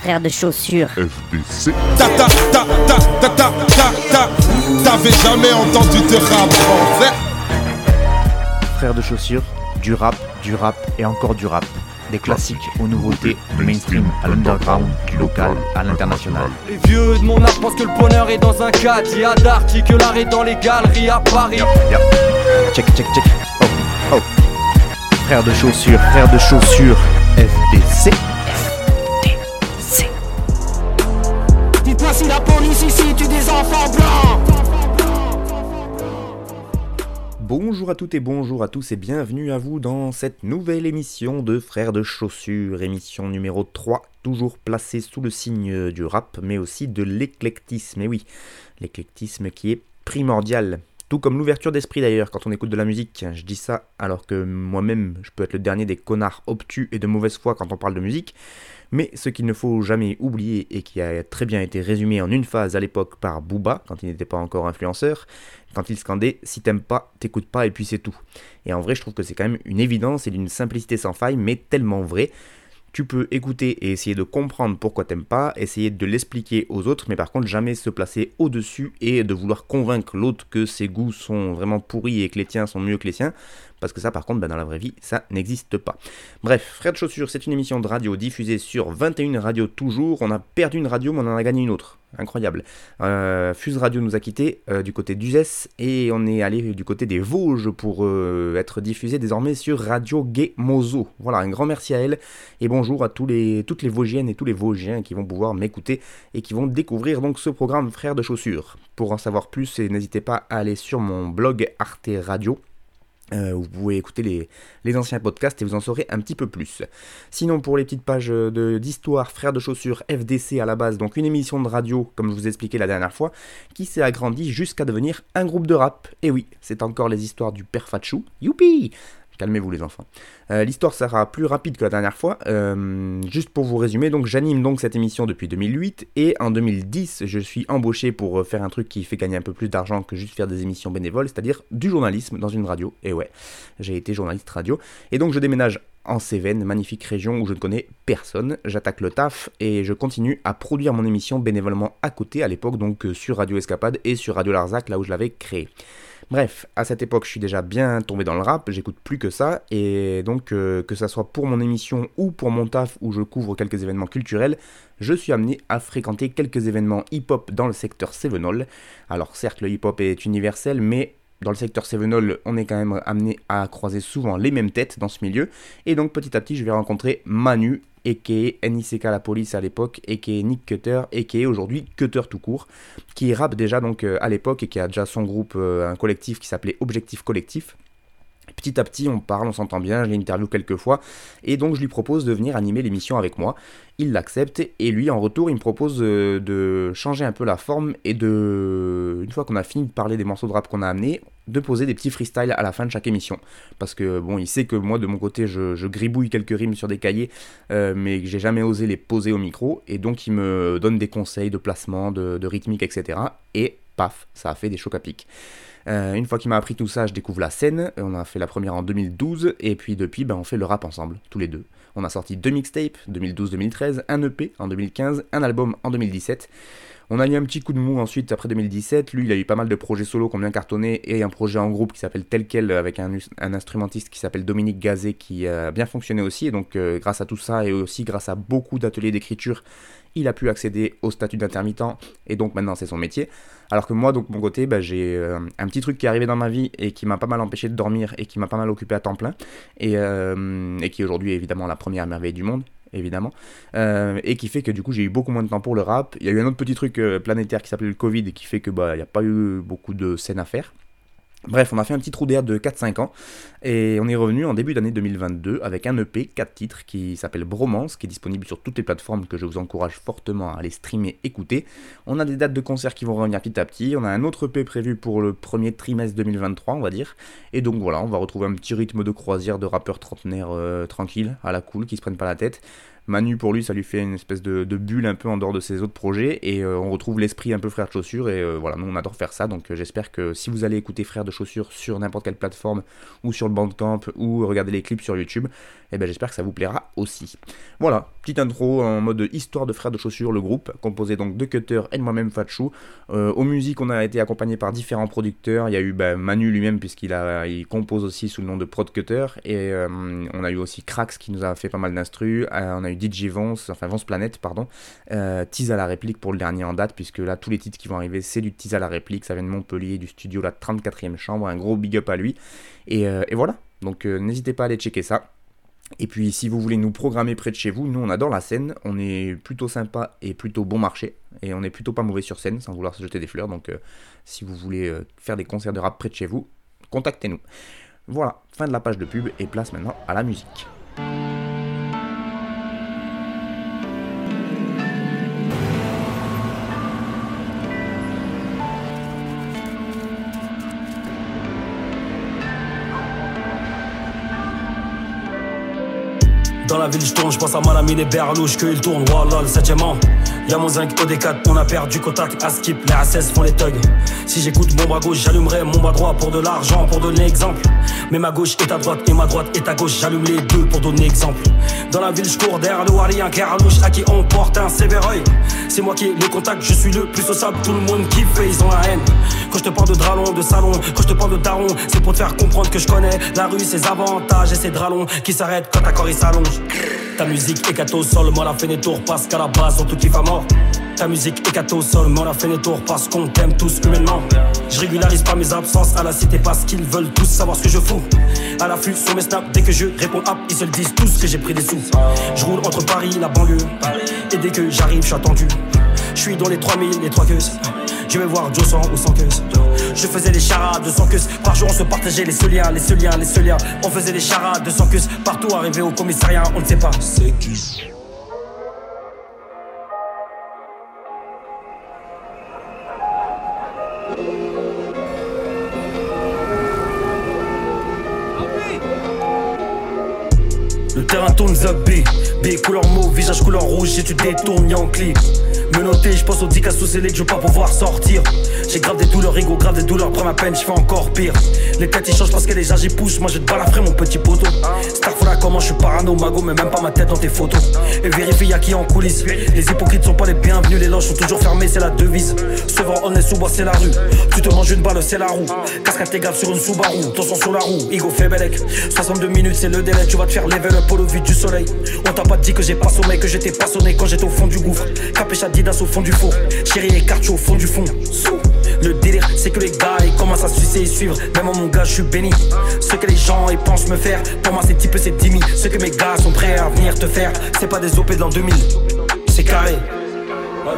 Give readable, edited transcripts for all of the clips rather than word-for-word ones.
frères de chaussures. FDC. T'avais jamais entendu de rap français? Frères de chaussures, du rap et encore du rap. Des classiques aux nouveautés, du mainstream à l'underground, du local à l'international. Les vieux de mon âge pensent que le bonheur est dans un caddie d'Arty, que l'art est dans les galeries à Paris. Check. Oh. Frères de chaussures, FDC. Dites-moi si la police ici tue des enfants blancs. Bonjour à toutes et bonjour à tous et bienvenue à vous dans cette nouvelle émission de Frères de chaussures, émission numéro 3, toujours placée sous le signe du rap, mais aussi de l'éclectisme. Et oui, l'éclectisme qui est primordial, tout comme l'ouverture d'esprit d'ailleurs quand on écoute de la musique. Je dis ça alors que moi-même, je peux être le dernier des connards obtus et de mauvaise foi quand on parle de musique. Mais ce qu'il ne faut jamais oublier et qui a très bien été résumé en une phase à l'époque par Booba, quand il n'était pas encore influenceur, quand il scandait « si t'aimes pas, t'écoutes pas et puis c'est tout ». Et en vrai, je trouve que c'est quand même une évidence et d'une simplicité sans faille, mais tellement vrai. Tu peux écouter et essayer de comprendre pourquoi t'aimes pas, essayer de l'expliquer aux autres, mais par contre jamais se placer au-dessus et de vouloir convaincre l'autre que ses goûts sont vraiment pourris et que les tiens sont mieux que les siens, parce que ça par contre, dans la vraie vie, ça n'existe pas. Bref, Frères de chaussures, c'est une émission de radio diffusée sur 21 radios toujours. On a perdu une radio, mais on en a gagné une autre. Incroyable. Fuse Radio nous a quittés du côté d'Uzès et on est allé du côté des Vosges pour être diffusé désormais sur Radio Gay Mozo. Voilà, un grand merci à elle et bonjour à toutes les Vosgiennes et tous les Vosgiens qui vont pouvoir m'écouter et qui vont découvrir donc ce programme Frères de chaussures. Pour en savoir plus, n'hésitez pas à aller sur mon blog Arte Radio. Vous pouvez écouter les anciens podcasts et vous en saurez un petit peu plus. Sinon, pour les petites pages d'histoire, Frères de chaussures, FDC à la base, donc une émission de radio, comme je vous ai expliqué la dernière fois, qui s'est agrandie jusqu'à devenir un groupe de rap. Et oui, c'est encore les histoires du père Fatchou. Youpi! Calmez-vous les enfants. L'histoire sera plus rapide que la dernière fois. Juste pour vous résumer, donc j'anime donc cette émission depuis 2008 et en 2010, je suis embauché pour faire un truc qui fait gagner un peu plus d'argent que juste faire des émissions bénévoles, c'est-à-dire du journalisme dans une radio. Et ouais, j'ai été journaliste radio. Et donc je déménage en Cévennes, magnifique région où je ne connais personne. J'attaque le taf et je continue à produire mon émission bénévolement à côté, à l'époque donc sur Radio Escapade et sur Radio Larzac, là où je l'avais créé. Bref, à cette époque, je suis déjà bien tombé dans le rap, j'écoute plus que ça, et donc que ça soit pour mon émission ou pour mon taf où je couvre quelques événements culturels, je suis amené à fréquenter quelques événements hip-hop dans le secteur cévenol. Alors certes, le hip-hop est universel, mais dans le secteur cévenol, on est quand même amené à croiser souvent les mêmes têtes dans ce milieu, et donc petit à petit, je vais rencontrer Manu, a.k.a. NICK La Police à l'époque, a.k.a. Nick Cutter, a.k.a. aujourd'hui Cutter tout court, qui rappe déjà donc à l'époque et qui a déjà son groupe, un collectif qui s'appelait Objectif Collectif. Petit à petit, on parle, on s'entend bien, je l'interview quelques fois, et donc je lui propose de venir animer l'émission avec moi. Il l'accepte, et lui, en retour, il me propose de changer un peu la forme, et une fois qu'on a fini de parler des morceaux de rap qu'on a amenés, de poser des petits freestyles à la fin de chaque émission. Parce que, bon, il sait que moi, de mon côté, je gribouille quelques rimes sur des cahiers, mais que j'ai jamais osé les poser au micro, et donc il me donne des conseils de placement, de rythmique, etc., et paf, ça a fait des chocs à pic. Une fois qu'il m'a appris tout ça, je découvre la scène. On a fait la première en 2012 et puis depuis, on fait le rap ensemble, tous les deux. On a sorti 2 mixtapes, 2012-2013, un EP en 2015, un album en 2017. On a eu un petit coup de mou ensuite après 2017. Lui, il a eu pas mal de projets solo qui ont bien cartonné et un projet en groupe qui s'appelle Tel Quel avec un instrumentiste qui s'appelle Dominique Gazet qui a bien fonctionné aussi. Et donc, grâce à tout ça et aussi grâce à beaucoup d'ateliers d'écriture, il a pu accéder au statut d'intermittent et donc maintenant c'est son métier. Alors que moi, donc de mon côté, j'ai un petit truc qui est arrivé dans ma vie et qui m'a pas mal empêché de dormir et qui m'a pas mal occupé à temps plein et qui est aujourd'hui évidemment la première merveille du monde. Évidemment, et qui fait que du coup j'ai eu beaucoup moins de temps pour le rap. Il y a eu un autre petit truc planétaire qui s'appelait le Covid et qui fait que il n'y a pas eu beaucoup de scènes à faire. Bref, on a fait un petit trou d'air de 4-5 ans et on est revenu en début d'année 2022 avec un EP, 4 titres qui s'appelle Bromance, qui est disponible sur toutes les plateformes que je vous encourage fortement à aller streamer, écouter. On a des dates de concerts qui vont revenir petit à petit, on a un autre EP prévu pour le premier trimestre 2023 on va dire, et donc voilà, on va retrouver un petit rythme de croisière de rappeurs trentenaires tranquilles, à la cool, qui se prennent pas la tête. Manu, pour lui, ça lui fait une espèce de bulle un peu en dehors de ses autres projets, et on retrouve l'esprit un peu Frères de Chaussures, et voilà, nous on adore faire ça, donc j'espère que si vous allez écouter Frères de Chaussures sur n'importe quelle plateforme, ou sur le Bandcamp, ou regarder les clips sur YouTube, et ben j'espère que ça vous plaira aussi. Voilà, petite intro en mode histoire de Frères de Chaussures, le groupe, composé donc de Cutter et de moi-même Fatchou. Aux musiques, on a été accompagné par différents producteurs, il y a eu Manu lui-même, puisqu'il compose aussi sous le nom de Prod Cutter, et on a eu aussi Krax qui nous a fait pas mal d'instrus, on a eu DJ Vance, enfin Vance Planète, pardon, Tease à la réplique pour le dernier en date, puisque là tous les titres qui vont arriver c'est du Tease à la réplique, ça vient de Montpellier, du studio la 34e chambre, un gros big up à lui, et voilà, donc n'hésitez pas à aller checker ça. Et puis si vous voulez nous programmer près de chez vous, nous on adore la scène, on est plutôt sympa et plutôt bon marché, et on est plutôt pas mauvais sur scène sans vouloir se jeter des fleurs, donc si vous voulez faire des concerts de rap près de chez vous, contactez-nous. Voilà, fin de la page de pub et place maintenant à la musique. Dans la ville je tourne, je pense à Malami les berlouches, qu'il tourne, voilà le 7ème an. Y'a mon zinc OD4, on a perdu contact à skip, les A16 font les thugs. Si j'écoute mon bras gauche, j'allumerai mon bras droit pour de l'argent, pour donner exemple. Mais ma gauche est à droite et ma droite est à gauche, j'allume les deux pour donner exemple. Dans la ville je cours derrière le Wally, un carlouche à qui on porte un sévère œil. C'est moi qui ai les contacts, je suis le plus sociable, tout le monde kiffe et ils ont la haine. Quand je te parle de dralon, de salon, quand je te parle de daron, c'est pour te faire comprendre que je connais la rue, ses avantages et ses dralons qui s'arrêtent quand ta corps il s'allonge. Ta musique éclate au sol, moi la fait des tours parce qu'à la base on tout kiffe à mort. Ta musique éclate au sol, moi la fait des tours parce qu'on t'aime tous humainement. Je régularise pas mes absences à la cité parce qu'ils veulent tous savoir ce que je fous. À l'affût sur mes snaps, dès que je réponds up, ils se le disent tous que j'ai pris des sous. Je roule entre Paris, la banlieue, et dès que j'arrive, je suis attendu. Je suis dans les 3000, les 3 queues. Je vais voir Joe sans ou sans queue. Je faisais des charades de 100 queues. Par jour on se partageait les seuls liens. On faisait des charades de 100 queues. Partout arrivé au commissariat, on ne sait pas c'est qui. Le terrain tourne zappé, B couleur mauve, visage couleur rouge, si tu détournes y'a un clip. Me noter, je pense aux 10 cas sous scellés que je veux pas pouvoir sortir. J'ai grave des douleurs, ego, grave des douleurs, prends ma peine, je fais encore pire. Les têtes ils changent parce que les gens j'y poussent, moi je te balafrerai mon petit poteau. Starfola comment je suis parano, mago, mais même pas ma tête dans tes photos. Et vérifie y'a qui en coulisses. Les hypocrites sont pas les bienvenus, les loges sont toujours fermées, c'est la devise. Sevran, on est sous bois, c'est la rue. Tu te manges une balle, c'est la roue. Cascade tes gaffes sur une Subaru, ton sang sur la roue. Igo fait Belek, 62 minutes c'est le délai, tu vas te faire level up au vide du soleil. On t'a pas dit que j'ai pas sommeil, que j'étais pas sonné quand j'étais au fond du gouffre. Capuche Adidas au fond du four, chérie et Karcho au fond du fond. Le délire c'est que les gars ils commencent à sucer et suivre. Même moi mon gars je suis béni. Ce que les gens ils pensent me faire, pour moi c'est type c'est 10 000. Ce que mes gars sont prêts à venir te faire, c'est pas des OP de l'an 2000. C'est carré. Ok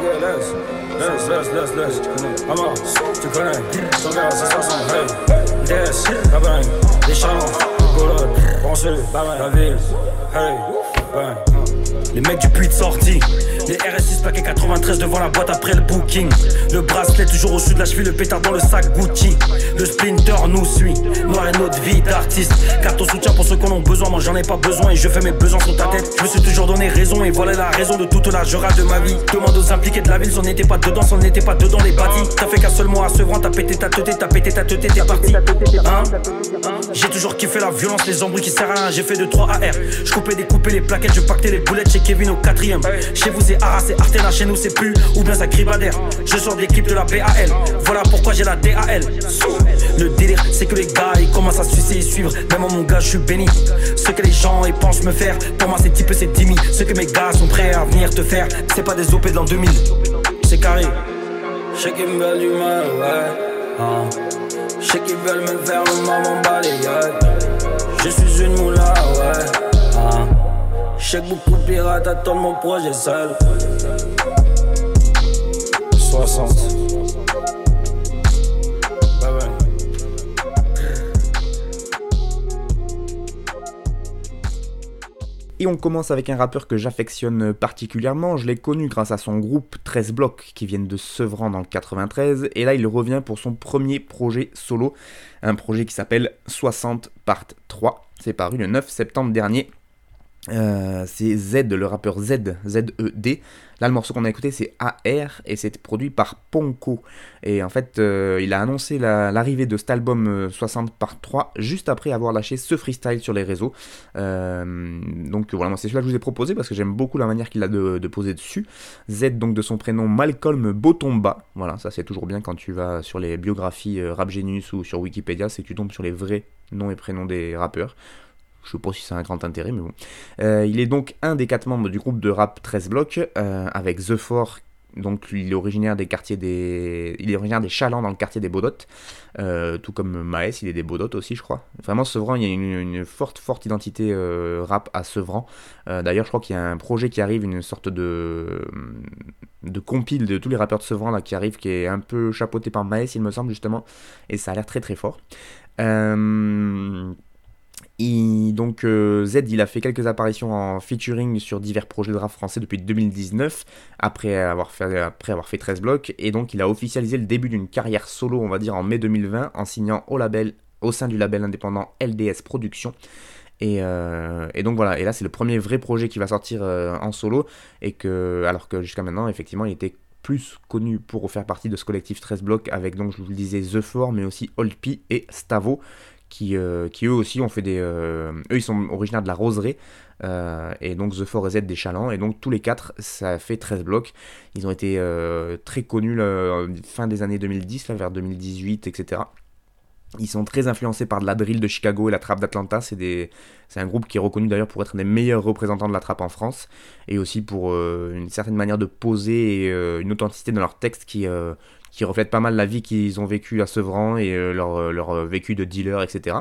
laisse, tu connais. Maman, tu connais. Ton gars c'est 60, hey. Des, la bang, les chalons, Golod, Bronzeux, la ville, hey, bang. Les mecs du puits de sortie, les RS6 plaqués 93 devant la boîte après le booking. Le bracelet toujours au-dessus de la cheville, le pétard dans le sac Gucci. Le splinter nous suit, noir et notre vie d'artiste. Carte au soutien pour ceux qui en ont besoin, moi j'en ai pas besoin et je fais mes besoins sur ta tête. Je me suis toujours donné raison et voilà la raison de toute la jura de ma vie. Demande aux impliqués de la ville, si on n'était pas dedans, si on n'était pas dedans les bâtis. T'as fait qu'un seul mot à Sevran, t'as pété ta teuté, t'es parti. Hein? J'ai toujours kiffé la violence, les embrouilles qui servent à rien, j'ai fait de 3 AR. Je coupais, découpais les plaquettes, je pactais les boulettes chez Kevin au 4ème. Chez vous c'est Arras, c'est Artena, chez nous c'est plus, ou bien ça crie Bader. Je sors des clips de la BAL, voilà pourquoi j'ai la DAL. Le délire c'est que les gars ils commencent à sucer et suivre. Même moi mon gars je suis béni. Ce que les gens ils pensent me faire, pour moi c'est type c'est 10 000. Ce que mes gars sont prêts à venir te faire, c'est pas des OP de l'an 2000. C'est carré. Je sais qu'ils me veulent du mal, ouais. Je sais qu'ils veulent me faire le maman balayage. Je suis une moula, ouais. Je sais que beaucoup de pirates attendent mon projet seul. 60. Bye bye. Et on commence avec un rappeur que j'affectionne particulièrement, je l'ai connu grâce à son groupe 13 blocs qui viennent de Sevran dans le 93, et là il revient pour son premier projet solo, un projet qui s'appelle 60 Part 3, c'est paru le 9 septembre dernier. C'est Z, le rappeur Z, Z-E-D. Là, le morceau qu'on a écouté, c'est AR, et c'est produit par Ponko. Et en fait, il a annoncé l'arrivée de cet album 60 par 3 juste après avoir lâché ce freestyle sur les réseaux. Donc voilà, moi c'est celui-là que je vous ai proposé parce que j'aime beaucoup la manière qu'il a de poser dessus. Z, donc de son prénom Malcolm Botomba. Voilà, ça c'est toujours bien quand tu vas sur les biographies Rap Genius ou sur Wikipédia, c'est que tu tombes sur les vrais noms et prénoms des rappeurs. Je sais pas si c'est un grand intérêt, mais bon. Il est donc un des 4 membres du groupe de rap 13 blocs, avec The Four, donc il est originaire des Chalands dans le quartier des Baudottes, tout comme Maes, il est des Baudottes aussi, je crois. Vraiment, Sevran, il y a une forte identité rap à Sevran. D'ailleurs, je crois qu'il y a un projet qui arrive, une sorte de compile de tous les rappeurs de Sevran là, qui arrive, qui est un peu chapeauté par Maes, il me semble, justement, et ça a l'air très très fort. Z, il a fait quelques apparitions en featuring sur divers projets de rap français depuis 2019, après avoir fait 13 blocs, et donc il a officialisé le début d'une carrière solo, on va dire, en mai 2020, en signant au sein du label indépendant LDS Productions. Et donc voilà, et là c'est le premier vrai projet qui va sortir en solo, alors que jusqu'à maintenant, effectivement, il était plus connu pour faire partie de ce collectif 13 blocs avec, donc je vous le disais, The Four, mais aussi Old P et Stavo, qui eux aussi ont fait eux ils sont originaires de la Roseraie, et donc The Four et Z des Chalands, et donc tous les 4 ça fait 13 blocs. Ils ont été très connus fin des années 2010, là, vers 2018, etc. Ils sont très influencés par de la drill de Chicago et la trap d'Atlanta. C'est un groupe qui est reconnu d'ailleurs pour être un des meilleurs représentants de la trap en France, et aussi pour une certaine manière de poser et une authenticité dans leurs textes qui reflète pas mal la vie qu'ils ont vécu à Sevran et leur vécu de dealer, etc.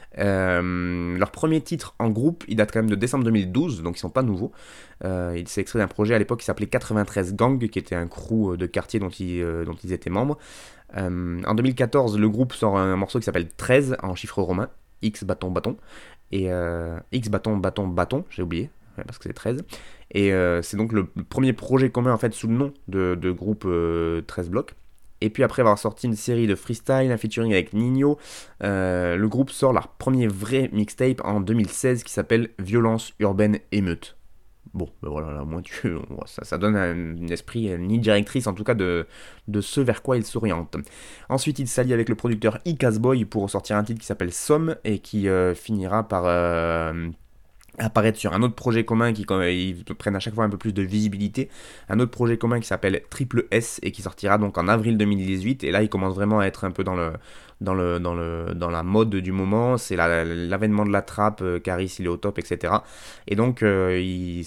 Leur premier titre en groupe, il date quand même de décembre 2012, donc ils sont pas nouveaux. Il s'est extrait d'un projet à l'époque qui s'appelait 93 Gang, qui était un crew de quartier dont ils étaient membres. En 2014, le groupe sort un morceau qui s'appelle 13 en chiffre romain, X bâton bâton, et X bâton bâton bâton, j'ai oublié, parce que c'est 13. Et c'est donc le premier projet commun en fait sous le nom de groupe 13 blocs. Et puis après avoir sorti une série de freestyle, un featuring avec Nino, le groupe sort leur premier vrai mixtape en 2016 qui s'appelle Violence Urbaine Émeute. Bon, ben voilà, là, au moins ça donne un esprit, une ligne directrice en tout cas de ce vers quoi il s'oriente. Ensuite, il s'allie avec le producteur Icasboy pour sortir un titre qui s'appelle Somme et qui finira par apparaître sur un autre projet commun qui ils prennent à chaque fois un peu plus de visibilité, un autre projet commun qui s'appelle Triple S et qui sortira donc en avril 2018, et là il commence vraiment à être un peu dans la mode du moment, c'est l'avènement de la trappe, Caris il est au top, etc. Et donc il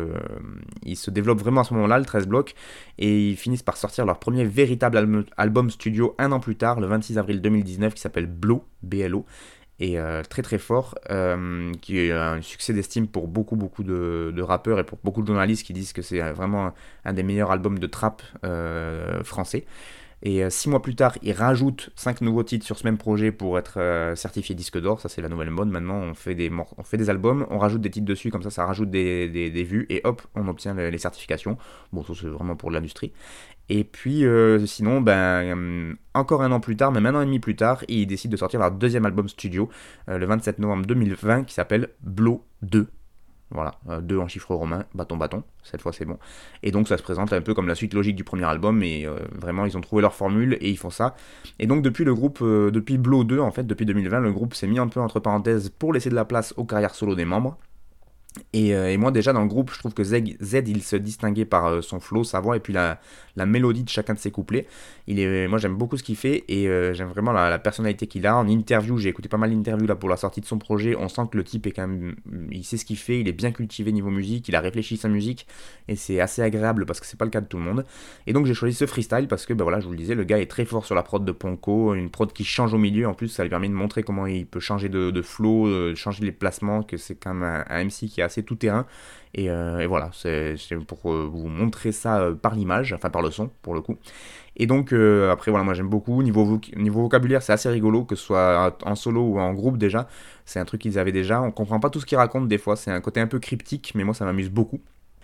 se développe vraiment à ce moment-là, le 13 blocs, et ils finissent par sortir leur premier véritable album studio un an plus tard, le 26 avril 2019, qui s'appelle Blo, B-L-O, et très très fort, qui est un succès d'estime pour beaucoup de rappeurs et pour beaucoup de journalistes qui disent que c'est vraiment un des meilleurs albums de trap français. Et 6 mois plus tard, ils rajoutent 5 nouveaux titres sur ce même projet pour être certifié disque d'or. Ça c'est la nouvelle mode maintenant, on fait des albums, on rajoute des titres dessus, comme ça rajoute des vues, et hop, on obtient les certifications. Bon, ça c'est vraiment pour l'industrie. Et puis sinon, encore un an plus tard, même un an et demi plus tard, ils décident de sortir leur deuxième album studio, le 27 novembre 2020, qui s'appelle Blo 2. Voilà, 2 en chiffre romain, bâton, cette fois c'est bon. Et donc ça se présente un peu comme la suite logique du premier album, et vraiment ils ont trouvé leur formule et ils font ça. Et donc depuis depuis Blo 2, en fait, depuis 2020, le groupe s'est mis un peu entre parenthèses pour laisser de la place aux carrières solo des membres. Et moi déjà dans le groupe, je trouve que Z il se distinguait par son flow, sa voix et puis la mélodie de chacun de ses couplets. Moi j'aime beaucoup ce qu'il fait, et j'aime vraiment la personnalité qu'il a. En interview, j'ai écouté pas mal d'interviews là pour la sortie de son projet, on sent que le type est quand même, il sait ce qu'il fait, il est bien cultivé niveau musique, il a réfléchi sa musique, et c'est assez agréable parce que c'est pas le cas de tout le monde. Et donc j'ai choisi ce freestyle parce que voilà, je vous le disais, le gars est très fort sur la prod de Ponko, une prod qui change au milieu, en plus ça lui permet de montrer comment il peut changer de flow, changer les placements, que c'est quand même un MC qui est assez tout terrain, et voilà, c'est pour vous montrer ça par l'image, enfin par le son pour le coup. Et donc après voilà, moi j'aime beaucoup, niveau vocabulaire c'est assez rigolo, que ce soit en solo ou en groupe. Déjà c'est un truc qu'ils avaient déjà, on comprend pas tout ce qu'ils racontent des fois, c'est un côté un peu cryptique, mais moi ça m'amuse beaucoup.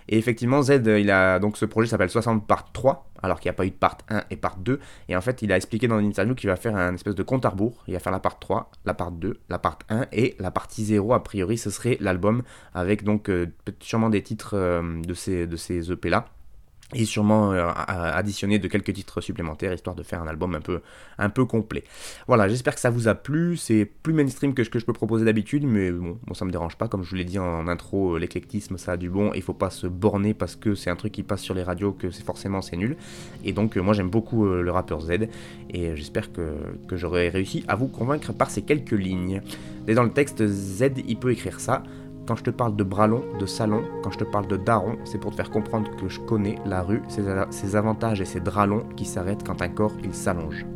Et effectivement, Z, il a donc ce projet s'appelle 60 part 3, alors qu'il n'y a pas eu de part 1 et part 2. Et en fait, il a expliqué dans une interview qu'il va faire un espèce de compte à rebours. Il va faire la part 3, la part 2, la part 1 et la partie 0. A priori, ce serait l'album avec donc sûrement des titres de ces EP-là. Et sûrement additionner de quelques titres supplémentaires, histoire de faire un album un peu complet. Voilà, j'espère que ça vous a plu. C'est plus mainstream que ce que je peux proposer d'habitude, mais bon, ça me dérange pas. Comme je vous l'ai dit en intro, l'éclectisme, ça a du bon. Il faut pas se borner parce que c'est un truc qui passe sur les radios, que c'est nul. Et donc, moi, j'aime beaucoup le rappeur Z. Et j'espère que j'aurai réussi à vous convaincre par ces quelques lignes. Et dans le texte, Z, il peut écrire ça. Quand je te parle de bras longs, de salon, quand je te parle de daron, c'est pour te faire comprendre que je connais la rue, ses avantages et ses draps longs qui s'arrêtent quand un corps il s'allonge.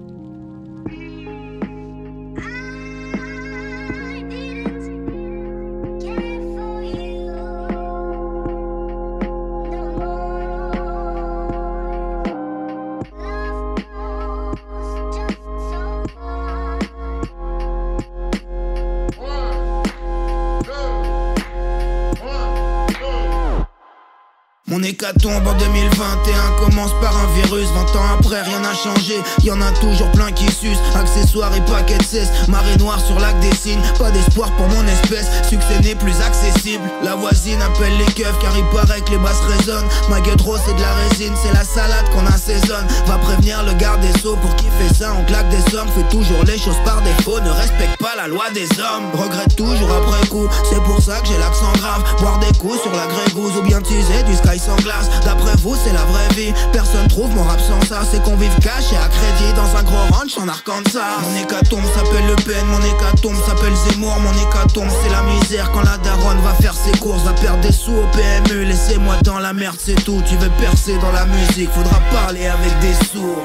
Mon hécatombe en 2021 commence par un virus. 20 ans après rien n'a changé, y'en a toujours plein qui sucent. Accessoires et paquets de cesse, marée noire sur lac des signes. Pas d'espoir pour mon espèce, succès n'est plus accessible. La voisine appelle les keufs car il paraît que les basses résonnent. Ma gueule rose c'est de la résine, c'est la salade qu'on assaisonne. Va prévenir le garde des sceaux, pour qui fait ça on claque des sommes. Fait toujours les choses par défaut, ne respecte pas la loi des hommes. Regrette toujours après coup, c'est pour ça que j'ai l'accent grave. Boire des coups sur la grégousse ou bien teaser du sky sans glace. D'après vous c'est la vraie vie, personne trouve mon rap sans ça. C'est qu'on vive caché à crédit dans un gros ranch en Arkansas. Mon hécatombe s'appelle Le Pen, mon hécatombe s'appelle Zemmour. Mon hécatombe c'est la misère quand la daronne va faire ses courses. Va perdre des sous au PMU, laissez-moi dans la merde c'est tout. Tu veux percer dans la musique, faudra parler avec des sourds.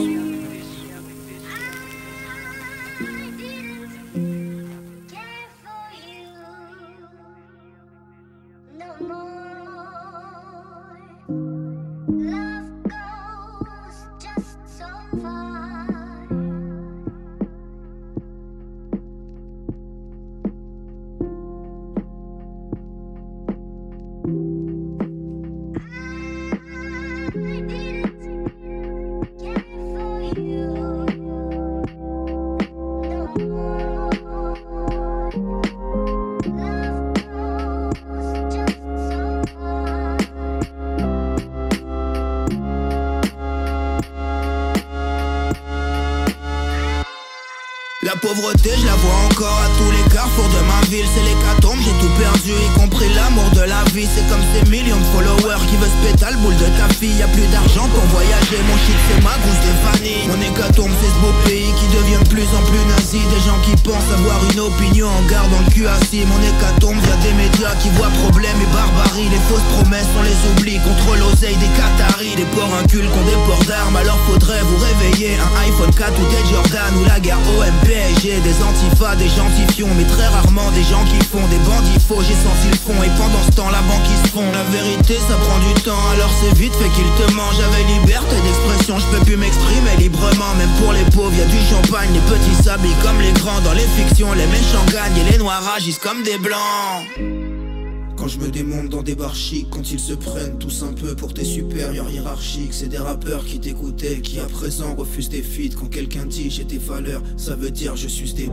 La pauvreté, je la vois encore à tous les carrefours de ma ville. C'est l'hécatombe, j'ai tout perdu, y compris l'amour de la vie. C'est comme ces millions de followers qui veulent se péter le boule de ta fille. Y'a plus d'argent pour voyager, mon shit c'est ma gousse de vanille. Mon hécatombe c'est ce beau pays qui devient de plus en plus nazi. Des gens qui pensent avoir une opinion en gardant le cul assis. Mon hécatombe vient des médias qui voient problème et barbarie. Les fausses promesses on les oublie, contre l'oseille des Qataris. Des porcs incultes ont des ports d'armes, alors faudrait vous réveiller. Un iPhone 4 ou des Jordan ou la guerre OMP. J'ai des antifas, des gentifions, mais très rarement des gens qui font des bandits faux. J'ai senti le fond et pendant ce temps la banque ils se font. La vérité ça prend du temps, alors c'est vite fait qu'ils te mangent. J'avais liberté d'expression, je peux plus m'exprimer librement. Même pour les pauvres y'a du champagne, les petits s'habillent comme les grands. Dans les fictions les méchants gagnent et les noirs agissent comme des blancs. Quand je me démonte dans des bars chics, quand ils se prennent tous un peu pour tes supérieurs hiérarchiques. C'est des rappeurs qui t'écoutaient, qui à présent refusent des feats. Quand quelqu'un dit j'ai des valeurs, ça veut dire je suis des...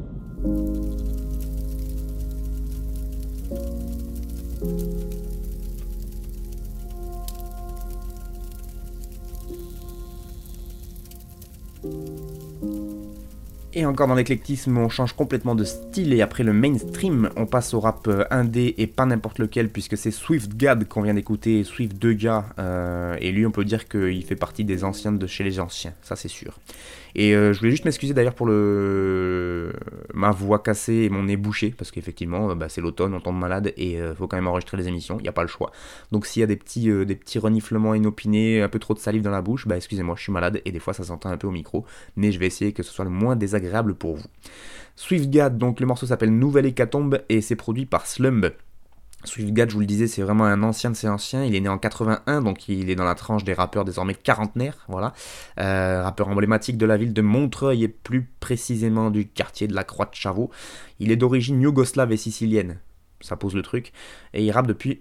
Et encore dans l'éclectisme, on change complètement de style et après le mainstream, on passe au rap indé et pas n'importe lequel puisque c'est SwiftGad qu'on vient d'écouter, Swift 2 gars, et lui on peut dire qu'il fait partie des anciens de chez les anciens, ça c'est sûr. Et je voulais juste m'excuser d'ailleurs pour ma voix cassée et mon nez bouché, parce qu'effectivement c'est l'automne, on tombe malade et faut quand même enregistrer les émissions, il n'y a pas le choix. Donc s'il y a des petits reniflements inopinés, un peu trop de salive dans la bouche, excusez-moi, je suis malade et des fois ça s'entend un peu au micro, mais je vais essayer que ce soit le moins désagréable pour vous. SwiftGad, donc le morceau s'appelle Nouvelle Hécatombe et c'est produit par Slumb. SwiftGad, je vous le disais, c'est vraiment un ancien de ces anciens. Il est né en 81, donc il est dans la tranche des rappeurs désormais quarantenaires, voilà. Rappeur emblématique de la ville de Montreuil et plus précisément du quartier de la Croix de Chavaux. Il est d'origine yougoslave et sicilienne. ça pose le truc. Et il rappe depuis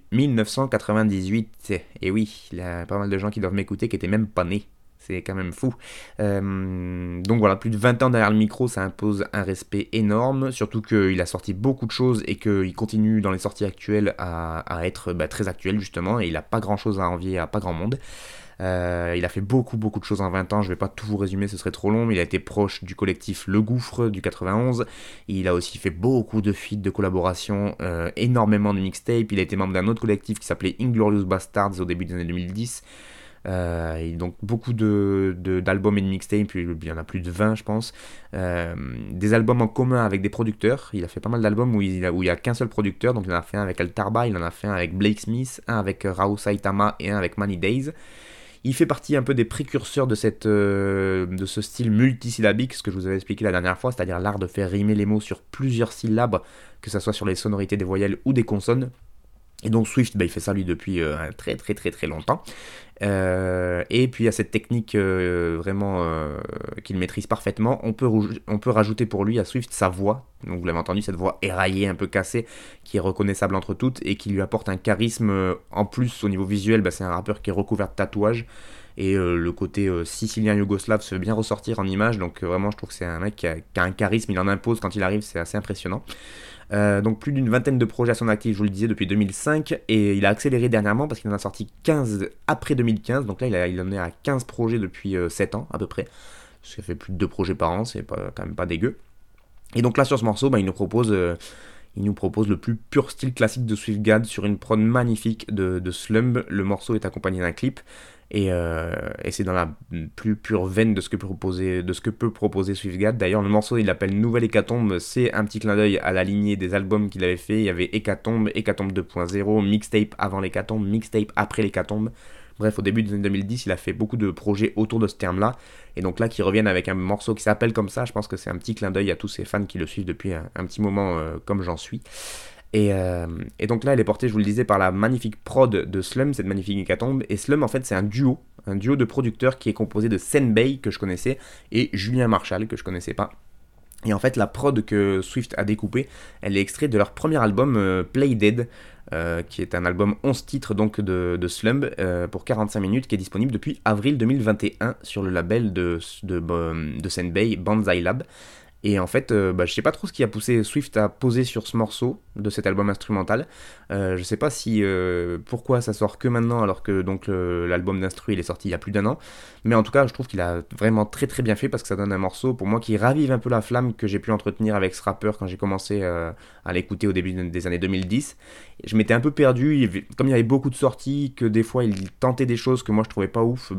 1998. Et oui, il y a pas mal de gens qui doivent m'écouter qui étaient même pas nés. C'est quand même fou. Donc voilà, plus de 20 ans derrière le micro, ça impose un respect énorme. Surtout qu'il a sorti beaucoup de choses et qu'il continue dans les sorties actuelles à être très actuel justement. Et il n'a pas grand chose à envier à pas grand monde. Il a fait beaucoup de choses en 20 ans, je vais pas tout vous résumer, ce serait trop long, mais il a été proche du collectif Le Gouffre du 91, il a aussi fait beaucoup de feats, de collaborations, énormément de mixtapes, il a été membre d'un autre collectif qui s'appelait Inglorious Bastards au début des années 2010, donc beaucoup d'albums et de mixtapes, il y en a plus de 20 je pense, des albums en commun avec des producteurs, il a fait pas mal d'albums où il y a qu'un seul producteur, donc il en a fait un avec El Tarba, il en a fait un avec Blake Smith, un avec Rao Saitama et un avec Money Days. Il fait partie un peu des précurseurs de ce style multisyllabique, ce que je vous avais expliqué la dernière fois, c'est-à-dire l'art de faire rimer les mots sur plusieurs syllabes, que ce soit sur les sonorités des voyelles ou des consonnes. Et donc Swift, il fait ça lui depuis très longtemps. Et puis il y a cette technique vraiment qu'il maîtrise parfaitement. On peut rajouter pour lui à Swift sa voix. Donc vous l'avez entendu, cette voix éraillée, un peu cassée, qui est reconnaissable entre toutes et qui lui apporte un charisme. En plus, au niveau visuel, c'est un rappeur qui est recouvert de tatouages. Et le côté sicilien yougoslave se fait bien ressortir en image. Donc vraiment, je trouve que c'est un mec qui a un charisme. Il en impose quand il arrive, c'est assez impressionnant. Donc plus d'une vingtaine de projets à son actif, je vous le disais, depuis 2005, et il a accéléré dernièrement parce qu'il en a sorti 15 après 2015, donc là il en est à 15 projets depuis 7 ans à peu près, ça fait plus de 2 projets par an, c'est quand même pas dégueu. Et donc là sur ce morceau, il nous propose le plus pur style classique de Swiftgad sur une prod magnifique de Slumb. Le morceau est accompagné d'un clip, et c'est dans la plus pure veine de ce que peut proposer Swiftgad. D'ailleurs, le morceau, il l'appelle Nouvelle Hécatombe, c'est un petit clin d'œil à la lignée des albums qu'il avait fait. Il y avait Hécatombe, Hécatombe 2.0, Mixtape avant l'Hécatombe, Mixtape après l'Hécatombe. Bref, au début des années 2010, il a fait beaucoup de projets autour de ce terme-là. Et donc là, qu'ils reviennent avec un morceau qui s'appelle comme ça, je pense que c'est un petit clin d'œil à tous ces fans qui le suivent depuis un petit moment, comme j'en suis. Et donc là, elle est portée, je vous le disais, par la magnifique prod de Slum, cette magnifique hécatombe. Et Slum, en fait, c'est un duo de producteurs qui est composé de Senbei, que je connaissais, et Julien Marchal, que je connaissais pas. Et en fait, la prod que Swift a découpée, elle est extraite de leur premier album, Play Dead, qui est un album 11 titres donc de Slumb, pour 45 minutes, qui est disponible depuis avril 2021 sur le label de Senbei, Banzai Lab. Et en fait, je sais pas trop ce qui a poussé Swift à poser sur ce morceau de cet album instrumental. Je sais pas si pourquoi ça sort que maintenant alors que donc l'album d'instru il est sorti il y a plus d'1 an. Mais en tout cas, je trouve qu'il a vraiment très bien fait parce que ça donne un morceau pour moi qui ravive un peu la flamme que j'ai pu entretenir avec ce rappeur quand j'ai commencé à l'écouter au début des années 2010. Je m'étais un peu perdu, comme il y avait beaucoup de sorties, que des fois il tentait des choses que moi je trouvais pas ouf.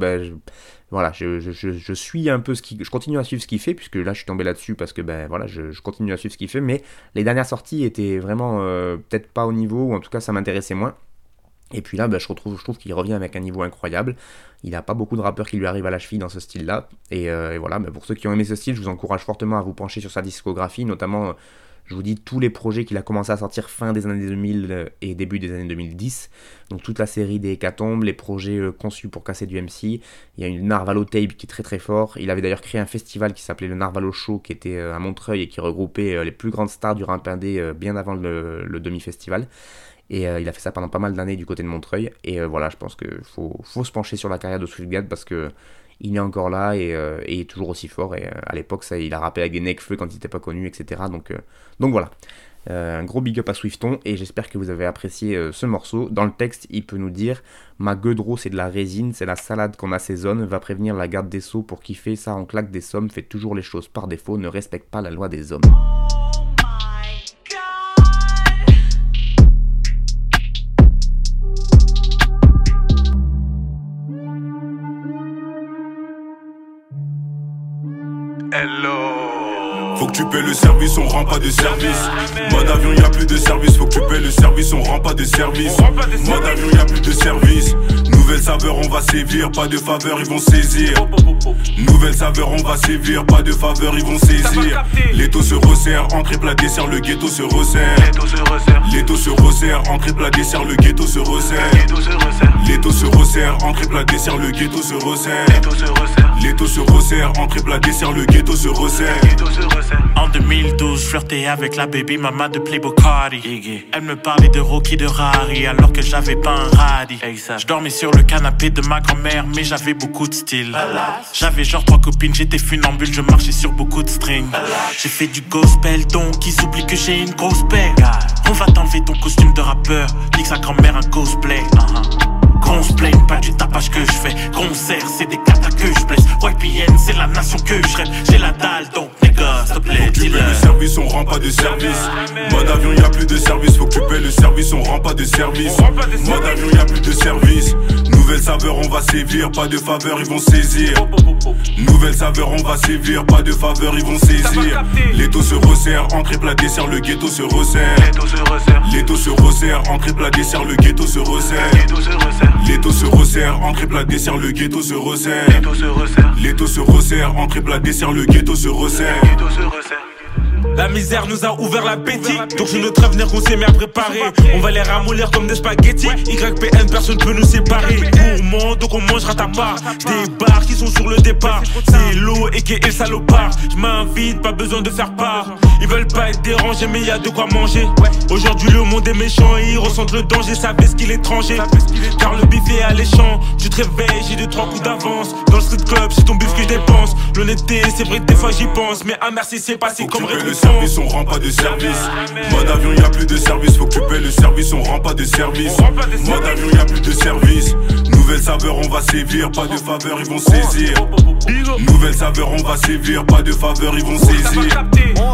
Je suis un peu je continue à suivre ce qu'il fait, puisque là je suis tombé là-dessus parce que je continue à suivre ce qu'il fait, mais les dernières sorties étaient vraiment peut-être pas au niveau, ou en tout cas ça m'intéressait moins. Et puis là je trouve qu'il revient avec un niveau incroyable. Il n'a pas beaucoup de rappeurs qui lui arrivent à la cheville dans ce style là, et voilà, pour ceux qui ont aimé ce style, je vous encourage fortement à vous pencher sur sa discographie, notamment je vous dis tous les projets qu'il a commencé à sortir fin des années 2000 et début des années 2010. Donc toute la série des Hécatombes, les projets conçus pour casser du MC. Il y a une Narvalo Tape qui est très fort. Il avait d'ailleurs créé un festival qui s'appelait le Narvalo Show, qui était à Montreuil et qui regroupait les plus grandes stars du rap indé bien avant le demi-festival. Et il a fait ça pendant pas mal d'années du côté de Montreuil. Et voilà, je pense qu'il faut se pencher sur la carrière de Swiftgad parce que il est encore là et il est toujours aussi fort. Et à l'époque, il a rappé avec des Nekfeu quand il n'était pas connu, etc. Donc voilà. Un gros big up à Swifton, et j'espère que vous avez apprécié ce morceau. Dans le texte, il peut nous dire « Ma gueudreau, c'est de la résine, c'est la salade qu'on assaisonne, va prévenir la garde des sceaux pour kiffer, ça en claque des sommes, fait toujours les choses par défaut, ne respecte pas la loi des hommes. » Hello. Faut que tu paies le service, on rend pas de service. Mode avion, y'a plus de service. Faut que tu paies le service, on rend pas de service. Mode avion, y'a plus de service. Nouvelle saveur, on va sévir. Pas de faveur, ils vont saisir. Nouvelle saveur, on va sévir. Pas de faveur, ils vont saisir. L'étau se resserre, entrée plat dessert, le ghetto se resserre. L'étau se resserre, entrée plat dessert, le ghetto se resserre. L'étau se resserre, entrée plat dessert, le ghetto se resserre. L'étau se resserre, en triple à dessert, le ghetto se resserre. En 2012, flirtais avec la baby mama de Playboy Cardi. Elle me parlait de Rocky de Rari alors que j'avais pas un radis. Je dormais sur le canapé de ma grand-mère mais j'avais beaucoup de style. J'avais genre 3 copines, j'étais funambule, je marchais sur beaucoup de strings. J'ai fait du gospel donc ils oublient que j'ai une grosse paix. On va t'enlever ton costume de rappeur, nique sa grand-mère un cosplay. Qu'on se plaigne pas du tapage que je fais. Concert, c'est des katas que je blesse. YPN, c'est la nation que je rêve. J'ai la dalle, donc nigga, s'il te plaît, tu paies le service, on rend pas de service. Mode avion, y'a plus de service. Faut que tu paies le service, on rend pas de service. Mode avion, y'a plus de service. Nouvelle saveur, on va sévir. Pas de faveur, ils vont saisir. Nouvelle saveur, on va sévir. Pas de faveur, ils vont saisir. L'étau se resserre, entrée plat dessert, le ghetto se resserre. L'étau se resserre, entrée plat dessert, le ghetto se resserre. L'étau se resserre, entrée plat dessert, le ghetto se resserre. L'étau se resserre, entrée plat dessert, le ghetto se resserre. La misère nous a ouvert l'appétit, donc je notre avenir qu'on s'est mis à préparer. On va les ramollir comme des spaghettis. YPN, personne peut nous séparer. Gourmand, donc on mangera ta part. Des bars qui sont sur le départ. C'est l'eau et qui est le salopard. Je m'invite, pas besoin de faire part. Ils veulent pas être dérangés, mais y a de quoi manger. Aujourd'hui le monde est méchant et ils ressentent le danger. Savent ce qu'il est étranger. Car le bif est alléchant. Tu te réveilles, j'ai 2-3 coups d'avance. Dans le street club, c'est ton bif que je dépense. L'honnêteté, c'est vrai que des fois j'y pense. Mais ah merci, c'est passé comme réponse. Service, on rend pas de service. Mode avion, y'a plus de service. Faut que tu paies le service, on rend pas de service. Mode avion, y'a plus de service. Nouvelle saveur, on va sévir. Pas de faveur, ils vont saisir. Nouvelle saveur, on va sévir. Pas de faveur, ils vont saisir.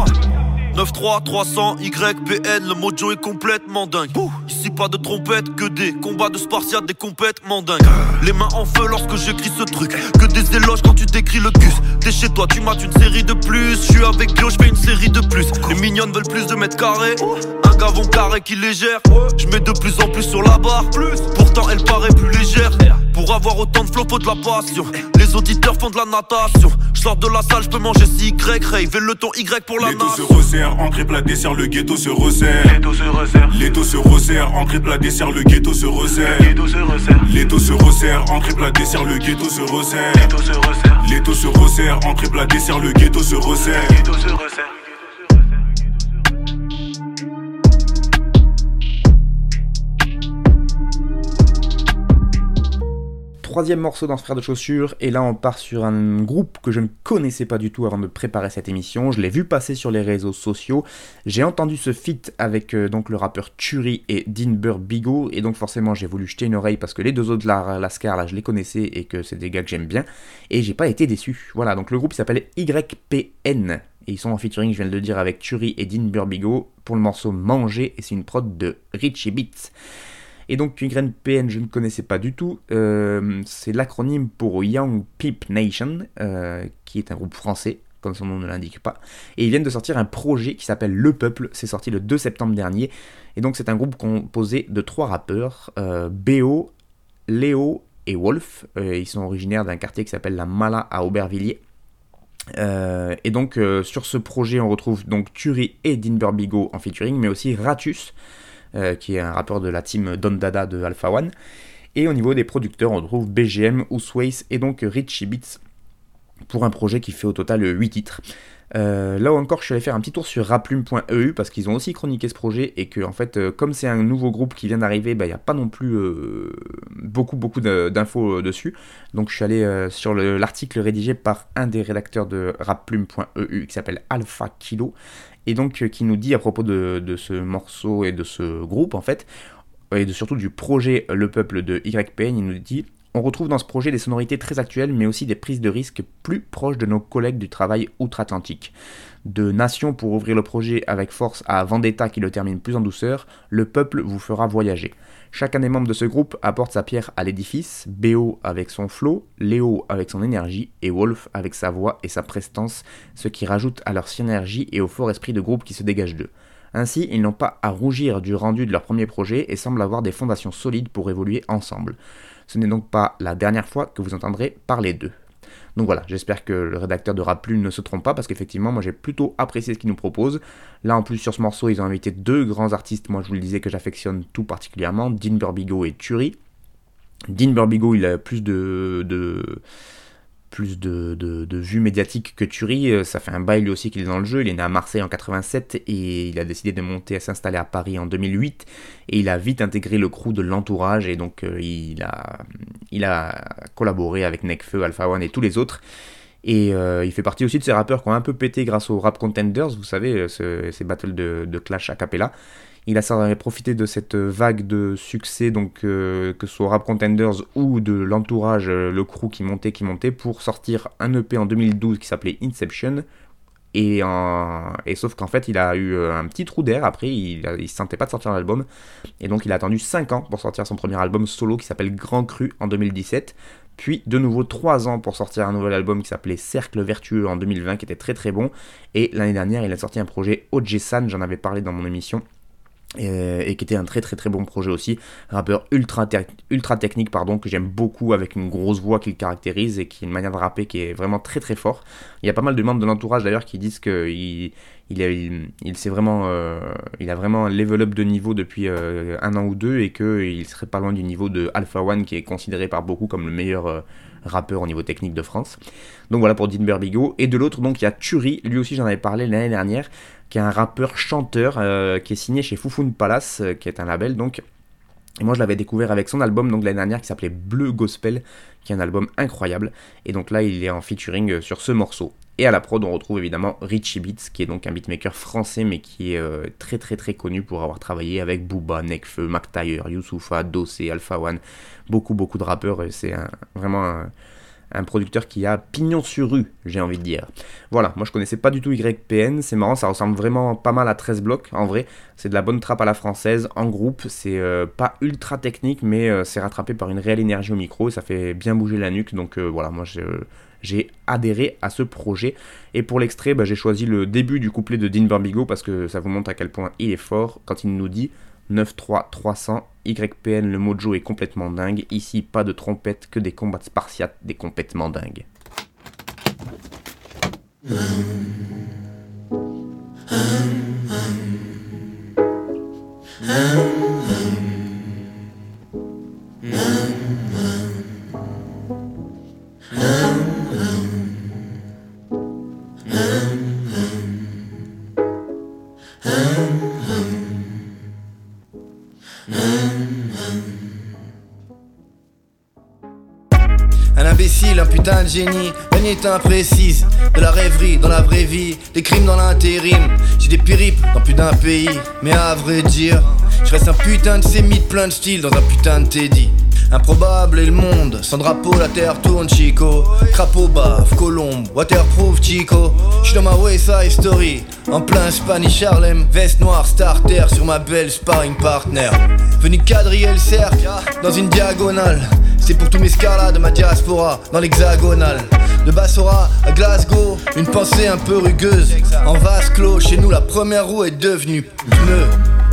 9-3, 300, YPN, le mojo est complètement dingue. Ici pas de trompette, que des combats de spartiates, des complètement dingues. Les mains en feu lorsque j'écris ce truc. Que des éloges quand tu décris le gus. T'es chez toi, tu mates une série de plus. Je suis avec Bio, je fais une série de plus. Les mignonnes veulent plus de mètres carrés. Un gavon carré qui les gère. Je mets de plus en plus sur la barre. Pourtant elle paraît plus légère. Pour avoir autant de flow, faut de la passion. Les auditeurs font de la natation. Je sors de la salle, je peux manger 6 Y. Rave et le ton Y pour la nation. Se resserre, entrée plat dessert, le ghetto se resserre. L'étau se resserre, entrée plat dessert, le ghetto se resserre. L'étau se resserre, entrée plat dessert, le ghetto se resserre. L'étau se resserre, entrée plat dessert, le ghetto se resserre. Troisième morceau dans ce frère de chaussures, et là on part sur un groupe que je ne connaissais pas du tout avant de préparer cette émission. Je l'ai vu passer sur les réseaux sociaux, j'ai entendu ce feat avec donc le rappeur Turi et Dinber Bigo, et donc forcément j'ai voulu jeter une oreille parce que les deux autres Lascar là je les connaissais et que c'est des gars que j'aime bien, et j'ai pas été déçu. Voilà, donc le groupe s'appelle YPN, et ils sont en featuring, je viens de le dire, avec Turi et Dinber Bigo pour le morceau Manger, et c'est une prod de Richie Beats. Et donc YPN, je ne connaissais pas du tout, c'est l'acronyme pour Young Peep Nation, qui est un groupe français, comme son nom ne l'indique pas, et ils viennent de sortir un projet qui s'appelle Le Peuple, c'est sorti le 2 septembre dernier, et donc c'est un groupe composé de 3 rappeurs, BO, Léo et Wolf, ils sont originaires d'un quartier qui s'appelle la Mala à Aubervilliers. Et donc sur ce projet on retrouve donc Turi et Dinber Bigo en featuring, mais aussi Ratus, qui est un rappeur de la team Don Dada de Alpha One. Et au niveau des producteurs, on trouve BGM, Ousways et donc Richie Beats pour un projet qui fait au total 8 titres. Là encore, je suis allé faire un petit tour sur raplume.eu parce qu'ils ont aussi chroniqué ce projet et que en fait, comme c'est un nouveau groupe qui vient d'arriver, il n'y a pas non plus beaucoup d'infos dessus. Donc je suis allé sur l'article rédigé par un des rédacteurs de raplume.eu qui s'appelle Alpha Kilo, et donc qui nous dit à propos de ce morceau et de ce groupe en fait, et surtout du projet Le Peuple de YPN. Il nous dit: on retrouve dans ce projet des sonorités très actuelles, mais aussi des prises de risques plus proches de nos collègues du travail outre-Atlantique. De Nation pour ouvrir le projet avec force à Vendetta qui le termine plus en douceur, Le Peuple vous fera voyager. Chacun des membres de ce groupe apporte sa pierre à l'édifice, BO avec son flow, Léo avec son énergie et Wolf avec sa voix et sa prestance, ce qui rajoute à leur synergie et au fort esprit de groupe qui se dégage d'eux. Ainsi, ils n'ont pas à rougir du rendu de leur premier projet et semblent avoir des fondations solides pour évoluer ensemble. Ce n'est donc pas la dernière fois que vous entendrez parler d'eux. Donc voilà, j'espère que le rédacteur de Raplume ne se trompe pas, parce qu'effectivement, moi j'ai plutôt apprécié ce qu'il nous propose. Là en plus sur ce morceau, ils ont invité 2 grands artistes, moi je vous le disais, que j'affectionne tout particulièrement, Dinber Bigo et Turi. Dinber Bigo, il a plus de plus de vues médiatiques que Thury. Ça fait un bail lui aussi qu'il est dans le jeu. Il est né à Marseille en 87 et il a décidé de monter à s'installer à Paris en 2008. Et il a vite intégré le crew de l'entourage et donc il a collaboré avec Nekfeu, Alpha One et tous les autres. Et il fait partie aussi de ces rappeurs qui ont un peu pété grâce aux Rap Contenders, vous savez, ces battles de clash a cappella. Il a profité de cette vague de succès, donc que ce soit Rap Contenders ou de l'entourage, le crew qui montait, pour sortir un EP en 2012 qui s'appelait Inception. Et sauf qu'en fait, il a eu un petit trou d'air après, il se sentait pas de sortir l'album. Et donc il a attendu 5 ans pour sortir son premier album solo qui s'appelle Grand Cru en 2017. Puis de nouveau 3 ans pour sortir un nouvel album qui s'appelait Cercle Vertueux en 2020, qui était très très bon. Et l'année dernière, il a sorti un projet Ojesan, j'en avais parlé dans mon émission. Et qui était un très très très bon projet aussi, un rappeur ultra technique que j'aime beaucoup, avec une grosse voix qui le caractérise et qui a une manière de rapper qui est vraiment très très fort. Il y a pas mal de membres de l'entourage d'ailleurs qui disent qu'il il a vraiment level up de niveau depuis 1 an ou 2 et qu'il serait pas loin du niveau de Alpha One qui est considéré par beaucoup comme le meilleur rappeur au niveau technique de France. Donc voilà pour Dean Burbigo. Et de l'autre donc il y a Thury, lui aussi j'en avais parlé l'année dernière, qui est un rappeur-chanteur qui est signé chez Foufoune Palace, qui est un label donc. Et moi je l'avais découvert avec son album donc l'année dernière qui s'appelait Bleu Gospel, qui est un album incroyable. Et donc là il est en featuring sur ce morceau. Et à la prod on retrouve évidemment Richie Beats, qui est donc un beatmaker français mais qui est très très très connu pour avoir travaillé avec Booba, Nekfeu, Mac Taylor, Youssoupha, Dossé, Alpha One, beaucoup de rappeurs. Et c'est vraiment un producteur qui a pignon sur rue, j'ai envie de dire. Voilà, moi je connaissais pas du tout YPN, c'est marrant, ça ressemble vraiment pas mal à 13 blocs, en vrai, c'est de la bonne trappe à la française, en groupe, c'est pas ultra technique, mais c'est rattrapé par une réelle énergie au micro, et ça fait bien bouger la nuque, donc voilà, moi j'ai adhéré à ce projet. Et pour l'extrait, j'ai choisi le début du couplet de Dean Burbigo, parce que ça vous montre à quel point il est fort, quand il nous dit 9-3-300, YPN, le mojo est complètement dingue. Ici, pas de trompette, que des combats spartiates, des complètement dingues. Un imbécile, un putain de génie, la nuit est imprécise. De la rêverie dans la vraie vie, des crimes dans l'intérim. J'ai des périples dans plus d'un pays, mais à vrai dire, je reste un putain de sémite plein de style dans un putain de Teddy. Improbable est le monde, sans drapeau la terre tourne chico. Crapaud bave, colombe, waterproof chico. J'suis dans ma West Side Story, en plein Spanish Harlem. Veste noire starter sur ma belle sparring partner. Venu quadriller le cercle, dans une diagonale. C'est pour tous mes scars de ma diaspora, dans l'hexagonale. De Bassora à Glasgow, une pensée un peu rugueuse. En vase clos, chez nous la première roue est devenue pneu.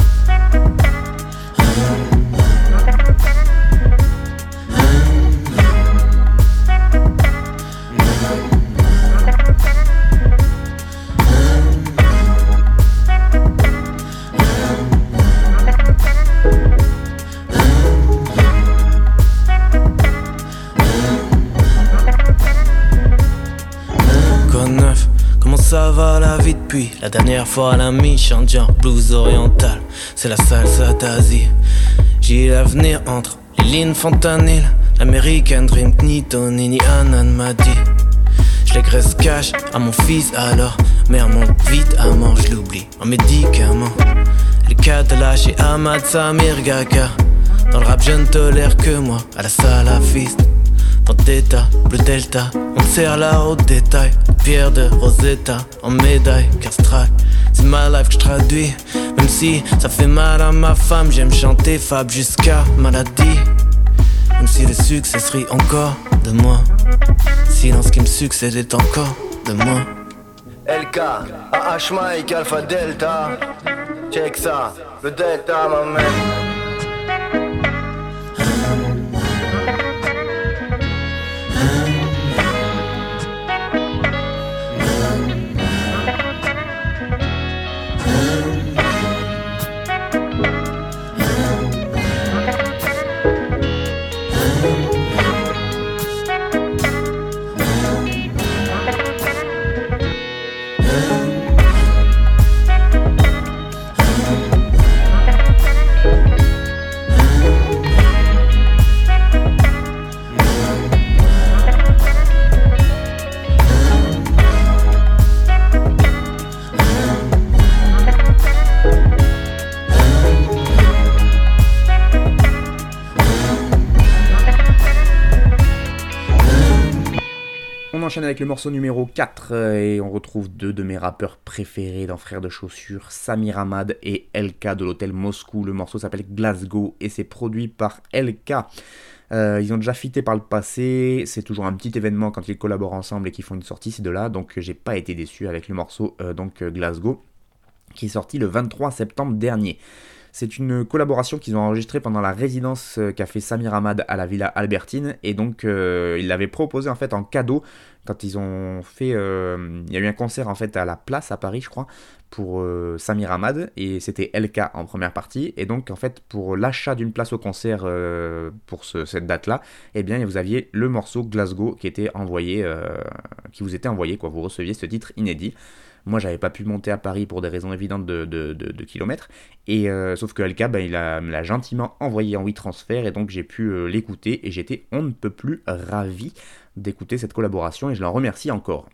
Ça va la vie depuis la dernière fois à la mi-changeant blues oriental, c'est la salsa d'Asie. J'ai l'avenir entre les lignes fentanyl, l'American Dream, ni Tony ni Anan m'a dit. J'légraisse cash à mon fils alors, mère monte vite à mort, je l'oublie en médicament. Les Katalah et Ahmad Samir Gaka, dans le rap je ne tolère que moi, à la salafiste. Vendetta, Bleu Delta, on serre la haute détail. Pierre de Rosetta, en médaille, castrac. C'est ma life que je traduis, même si ça fait mal à ma femme. J'aime chanter fab jusqu'à maladie. Même si le succès serait encore de moi. Silence qui me succède est encore de moi. LK, AH Mike, Alpha Delta. Check ça, le Delta m'amène. On enchaîne avec le morceau numéro 4 et on retrouve deux de mes rappeurs préférés dans Frères de Chaussures, Samir Ahmad et LK de l'hôtel Moscou. Le morceau s'appelle Glasgow et c'est produit par LK. Ils ont déjà featé par le passé, c'est toujours un petit événement quand ils collaborent ensemble et qu'ils font une sortie ces deux-là, donc j'ai pas été déçu avec le morceau Glasgow qui est sorti le 23 septembre dernier. C'est une collaboration qu'ils ont enregistrée pendant la résidence qu'a fait Samir Ahmad à la Villa Albertine et donc ils l'avaient proposé en fait en cadeau quand ils ont fait il y a eu un concert en fait à la Place à Paris je crois pour Samir Ahmad et c'était LK en première partie et donc en fait pour l'achat d'une place au concert pour cette date là et bien vous aviez le morceau Glasgow qui était envoyé qui vous était envoyé quoi, vous receviez ce titre inédit. Moi, j'avais pas pu monter à Paris pour des raisons évidentes de kilomètres. Et sauf que LK, me l'a gentiment envoyé en WeTransfer et donc j'ai pu l'écouter et j'étais on ne peut plus ravi d'écouter cette collaboration et je l'en remercie encore.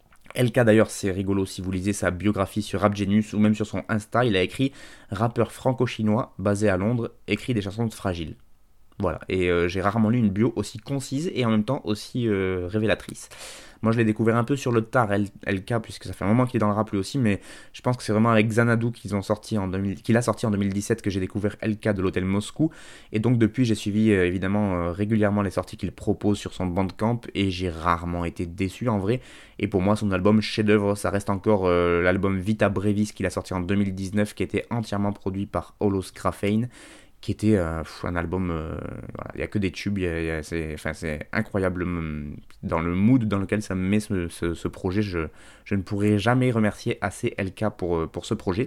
LK d'ailleurs, c'est rigolo si vous lisez sa biographie sur Rap Genius ou même sur son Insta, il a écrit rappeur franco-chinois basé à Londres, écrit des chansons de Fragile. Voilà, et j'ai rarement lu une bio aussi concise et en même temps aussi révélatrice. Moi je l'ai découvert un peu sur le tard, LK, puisque ça fait un moment qu'il est dans le rap lui aussi, mais je pense que c'est vraiment avec Xanadu qu'il a sorti en 2017 que j'ai découvert LK de l'hôtel Moscou, et donc depuis j'ai suivi évidemment régulièrement les sorties qu'il propose sur son Bandcamp, et j'ai rarement été déçu en vrai, et pour moi son album chef-d'œuvre ça reste encore l'album Vita Brevis qu'il a sorti en 2019, qui était entièrement produit par Holos Graphane, qui était un album, voilà, il n'y a que des tubes, c'est incroyable dans le mood dans lequel ça me met ce projet, je ne pourrai jamais remercier assez LK pour ce projet.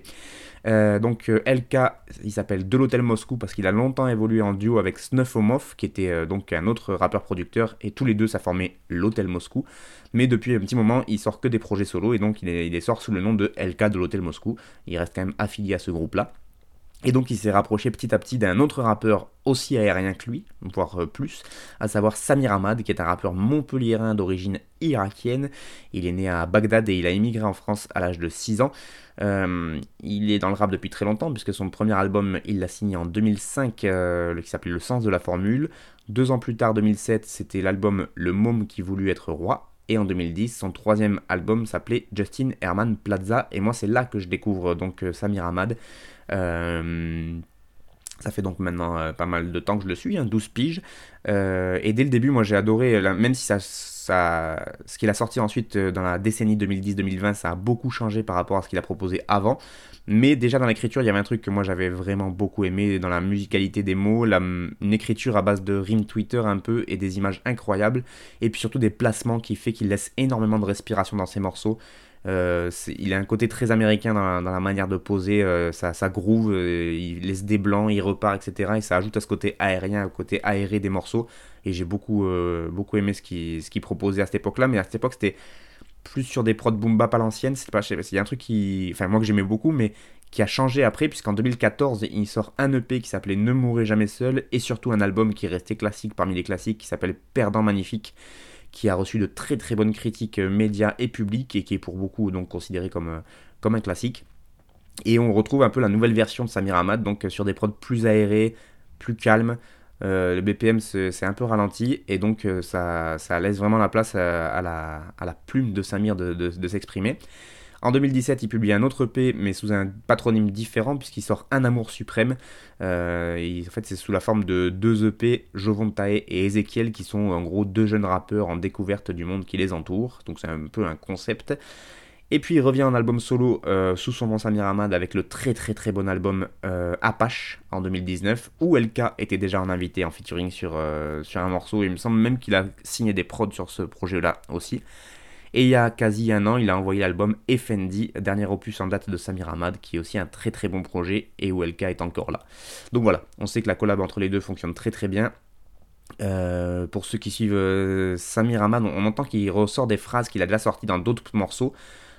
Donc LK, il s'appelle De l'Hôtel Moscou parce qu'il a longtemps évolué en duo avec Snuffomov, qui était donc un autre rappeur-producteur, et tous les deux ça formait l'Hôtel Moscou, mais depuis un petit moment il sort que des projets solo, et donc il les sort sous le nom de LK de l'Hôtel Moscou, il reste quand même affilié à ce groupe-là. Et donc il s'est rapproché petit à petit d'un autre rappeur aussi aérien que lui, voire plus, à savoir Samir Ahmad, qui est un rappeur montpelliérain d'origine irakienne. Il est né à Bagdad et il a émigré en France à l'âge de 6 ans. Il est dans le rap depuis très longtemps, puisque son premier album, il l'a signé en 2005, qui s'appelait Le Sens de la Formule. 2 ans plus tard, 2007, c'était l'album Le Môme qui voulut être roi. Et en 2010, son troisième album s'appelait Justin Herman Plaza. Et moi, c'est là que je découvre donc Samir Ahmad. Ça fait donc maintenant pas mal de temps que je le suis, 12 piges. Et dès le début, moi j'ai adoré, même si ce qu'il a sorti ensuite dans la décennie 2010-2020, ça a beaucoup changé par rapport à ce qu'il a proposé avant. Mais déjà dans l'écriture, il y avait un truc que moi j'avais vraiment beaucoup aimé, dans la musicalité des mots, une écriture à base de rimes Twitter un peu, et des images incroyables, et puis surtout des placements qui fait qu'il laisse énormément de respiration dans ses morceaux. Il a un côté très américain dans la manière de poser, ça groove, il laisse des blancs, il repart, etc. Et ça ajoute à ce côté aérien, au côté aéré des morceaux. Et j'ai beaucoup aimé ce qu'il proposait à cette époque-là. Mais à cette époque, c'était plus sur des prods boom bap à l'ancienne. Il y a un truc moi que j'aimais beaucoup, mais qui a changé après, puisqu'en 2014, il sort un EP qui s'appelait Ne mourrez jamais seul, et surtout un album qui est resté classique parmi les classiques, qui s'appelle Perdant Magnifique, qui a reçu de très très bonnes critiques médias et publiques, et qui est pour beaucoup donc considéré comme un classique. Et on retrouve un peu la nouvelle version de Samir Ahmad, donc sur des prods plus aérés, plus calmes. Le BPM c'est un peu ralenti, et donc ça laisse vraiment la place à la plume de Samir de s'exprimer. En 2017, il publie un autre EP, mais sous un patronyme différent, puisqu'il sort Un Amour Suprême. En fait, c'est sous la forme de 2 EP, Jovontae et Ezekiel, qui sont en gros 2 jeunes rappeurs en découverte du monde qui les entoure. Donc c'est un peu un concept. Et puis il revient en album solo sous son nom Samir Ahmad, avec le très très très bon album Apache en 2019, où LK était déjà en invité en featuring sur un morceau. Et il me semble même qu'il a signé des prods sur ce projet-là aussi. Et il y a quasi un an, il a envoyé l'album Effendi, dernier opus en date de Samir Ahmad, qui est aussi un très très bon projet, et où LK est encore là. Donc voilà, on sait que la collab entre les deux fonctionne très très bien. Pour ceux qui suivent Samir Ahmad, on entend qu'il ressort des phrases qu'il a déjà sorties dans d'autres morceaux.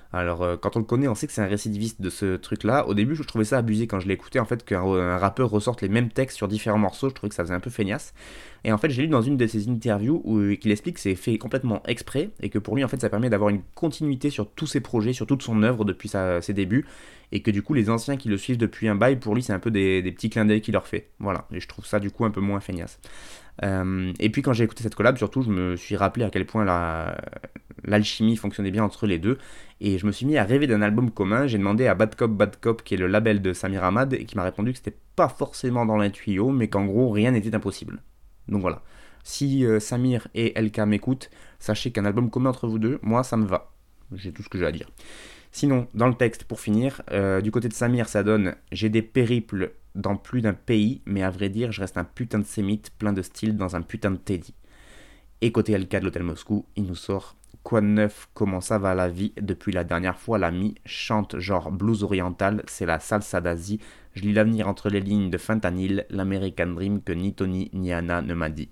Alors quand on le connaît, on sait que c'est un récidiviste de ce truc-là. Au début, je trouvais ça abusé quand je l'écoutais, en fait, qu'un rappeur ressorte les mêmes textes sur différents morceaux. Je trouvais que ça faisait un peu feignasse. Et en fait, j'ai lu dans une de ses interviews qu'il explique que c'est fait complètement exprès et que pour lui, en fait, ça permet d'avoir une continuité sur tous ses projets, sur toute son œuvre depuis ses débuts, et que du coup, les anciens qui le suivent depuis un bail, pour lui, c'est un peu des petits clins d'œil qu'il leur fait. Voilà, et je trouve ça du coup un peu moins feignasse. Et puis quand j'ai écouté cette collab, surtout, je me suis rappelé à quel point l'alchimie fonctionnait bien entre les deux, et je me suis mis à rêver d'un album commun. J'ai demandé à Bad Cop, qui est le label de Samir Ahmad, et qui m'a répondu que c'était pas forcément dans les tuyaux, mais qu'en gros, rien n'était impossible. Donc voilà, si Samir et LK m'écoutent, sachez qu'un album commun entre vous deux, moi ça me va. J'ai tout ce que j'ai à dire. Sinon, dans le texte, pour finir, du côté de Samir, ça donne « J'ai des périples dans plus d'un pays, mais à vrai dire, je reste un putain de sémite, plein de style dans un putain de Teddy. » Et côté LK de l'Hôtel Moscou, il nous sort « Quoi de neuf, comment ça va la vie, depuis la dernière fois l'ami chante genre blues oriental, c'est la salsa d'Asie, je lis l'avenir entre les lignes de Fentanyl, l'American Dream que ni Tony ni Anna ne m'a dit. »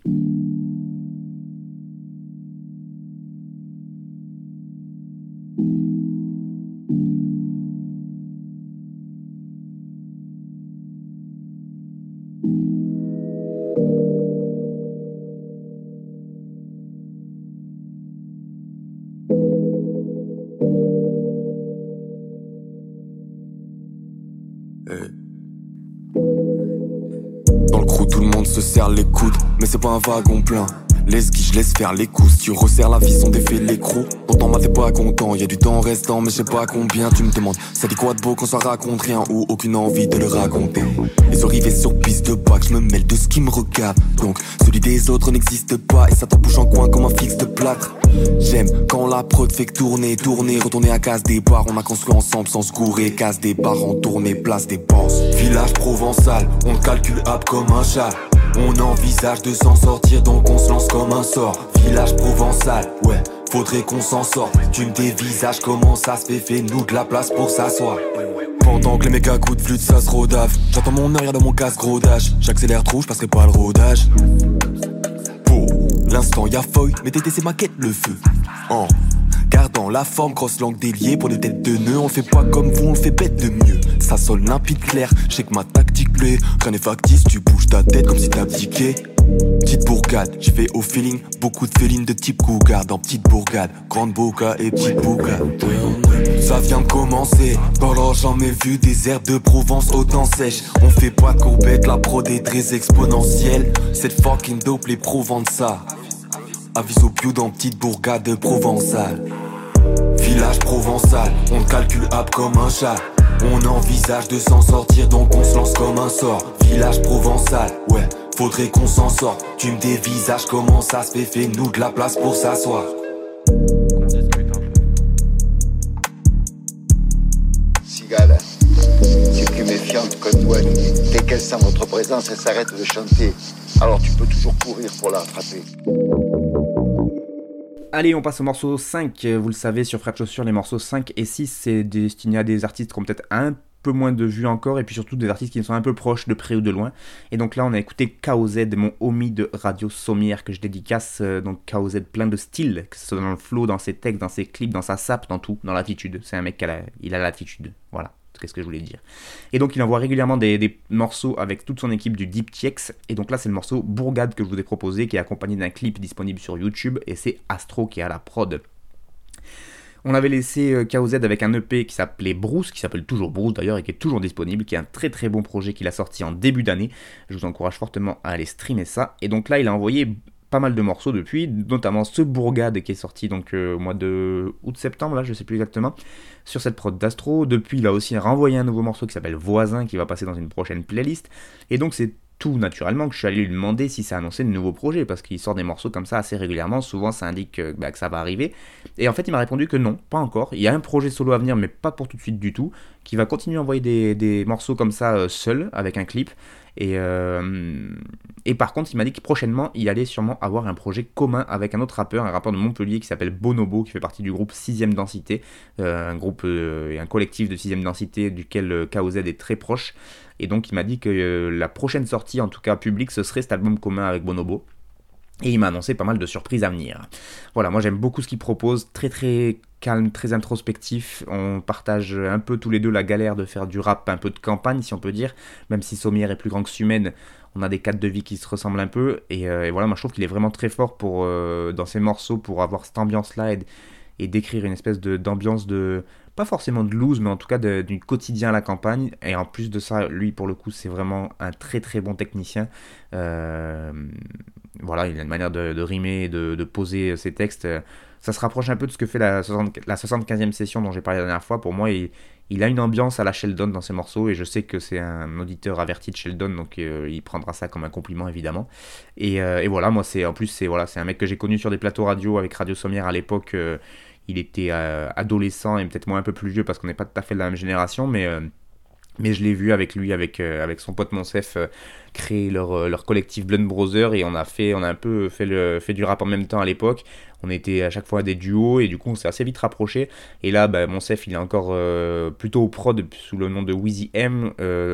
Dans le crew tout le monde se serre les coudes, mais c'est pas un wagon plein. Laisse qui je laisse faire les coups, si tu resserres la vie sont défait l'écrou. Pourtant moi t'es pas content, y'a du temps restant mais je sais pas combien. Tu me demandes, ça dit quoi de beau quand ça raconte rien ou aucune envie de le raconter. Les arrivées sur piste de bac, je me mêle de ce qui me regarde. Donc celui des autres n'existe pas et ça te bouge en coin comme un fixe de plâtre. J'aime quand la prod fait que tourner, retourner à case des bars. On a construit ensemble sans se gourer, case des bars en tournée, place des boss. Village provençal, on calcule up comme un chat. On envisage de s'en sortir donc on se lance comme un sort. Village provençal, ouais, faudrait qu'on s'en sorte. Tu me dévisages comment ça se fait, fais-nous de la place pour s'asseoir. Pendant que les mecs à coups de flûte ça se rodave, j'attends mon heure, y'a dans mon casque gros dash. J'accélère trop, j'passerai pas le rodage. Pour l'instant y'a feuille, mais TTC maquette le feu. En gardant la forme, grosse langue déliée pour des têtes de nœuds. On le fait pas comme vous, on le fait bête de mieux. Ça sonne limpide clair, je sais que ma tactique plaît. Rien n'est factice, tu bouges ta tête comme si t'abdiquais. Petite bourgade, j'y vais au feeling. Beaucoup de félines de type cougar. Dans petite bourgade, grande boca et petite bourgade. Ça vient de commencer, dans l'or j'en ai vu des herbes de Provence autant sèches. On fait pas de courbettes, la prod est très exponentielle. Cette fucking dope les provence ça. Avis au piou dans petite bourgade provençale. Village provençal, on calcule up comme un chat. On envisage de s'en sortir donc on se lance comme un sort. Village provençal, ouais, faudrait qu'on s'en sorte. Tu me dévisages comment ça se fait, fais-nous de la place pour s'asseoir. Cigale, c'est plus méfiante que douane. Dès qu'elle sent votre présence, elle s'arrête de chanter. Alors tu peux toujours courir pour la rattraper. Allez, on passe au morceau 5. Vous le savez, sur Frères de Chaussures, les morceaux 5 et 6, c'est destiné à des artistes qui ont peut-être un peu moins de vues encore, et puis surtout des artistes qui sont un peu proches, de près ou de loin. Et donc là, on a écouté KOZ, mon homie de Radio Sommière, que je dédicace. Donc KOZ, plein de styles, que ce soit dans le flow, dans ses textes, dans ses clips, dans sa sape, dans tout, dans l'attitude. C'est un mec qui a l'attitude, voilà. Qu'est-ce que je voulais dire. Et donc il envoie régulièrement des morceaux avec toute son équipe du Deep TX. Et donc là c'est le morceau Bourgade que je vous ai proposé, qui est accompagné d'un clip disponible sur YouTube. Et c'est Astro qui est à la prod. On avait laissé KOZ avec un EP qui s'appelait Bruce, qui s'appelle toujours Bruce d'ailleurs et qui est toujours disponible, qui est un très très bon projet qu'il a sorti en début d'année. Je vous encourage fortement à aller streamer ça. Et donc là il a envoyé pas mal de morceaux depuis, notamment ce Bourgade qui est sorti donc au mois de août-septembre, là je sais plus exactement, sur cette prod d'Astro. Depuis il a aussi renvoyé un nouveau morceau qui s'appelle Voisin, qui va passer dans une prochaine playlist, et donc c'est tout naturellement que je suis allé lui demander si ça annonçait de nouveaux projets, parce qu'il sort des morceaux comme ça assez régulièrement, souvent ça indique que ça va arriver, et en fait il m'a répondu que non, pas encore, il y a un projet solo à venir mais pas pour tout de suite du tout, qui va continuer à envoyer des morceaux comme ça seul, avec un clip. Et par contre il m'a dit que prochainement il allait sûrement avoir un projet commun avec un autre rappeur, un rappeur de Montpellier qui s'appelle Bonobo, qui fait partie du groupe 6ème Densité, un groupe et un collectif de 6ème Densité duquel KOZ est très proche. Et donc il m'a dit que la prochaine sortie en tout cas publique ce serait cet album commun avec Bonobo. Et il m'a annoncé pas mal de surprises à venir. Voilà, moi j'aime beaucoup ce qu'il propose, très très calme, très introspectif. On partage un peu tous les deux la galère de faire du rap, un peu de campagne si on peut dire. Même si Sommière est plus grand que Sumène, on a des cadres de vie qui se ressemblent un peu. Et voilà, moi je trouve qu'il est vraiment très fort pour, dans ses morceaux pour avoir cette ambiance-là et décrire une espèce d'ambiance de... Pas forcément de loose, mais en tout cas du quotidien à la campagne. Et en plus de ça, lui, pour le coup, c'est vraiment un très très bon technicien. Voilà, il a une manière de rimer et de poser ses textes. Ça se rapproche un peu de ce que fait la 75e session dont j'ai parlé la dernière fois. Pour moi, il a une ambiance à la Sheldon dans ses morceaux. Et je sais que c'est un auditeur averti de Sheldon, donc il prendra ça comme un compliment, évidemment. Et voilà, moi, c'est un mec que j'ai connu sur des plateaux radio avec Radio Sommière à l'époque. Il était adolescent et peut-être moi un peu plus vieux parce qu'on n'est pas tout à fait de la même génération, mais je l'ai vu avec lui, avec son pote Monsef, créer leur collectif Blunt Brothers, et on a un peu fait du rap en même temps à l'époque. On était à chaque fois des duos et du coup on s'est assez vite rapprochés. Et là, Monsef il est encore plutôt au prod sous le nom de Wheezy M,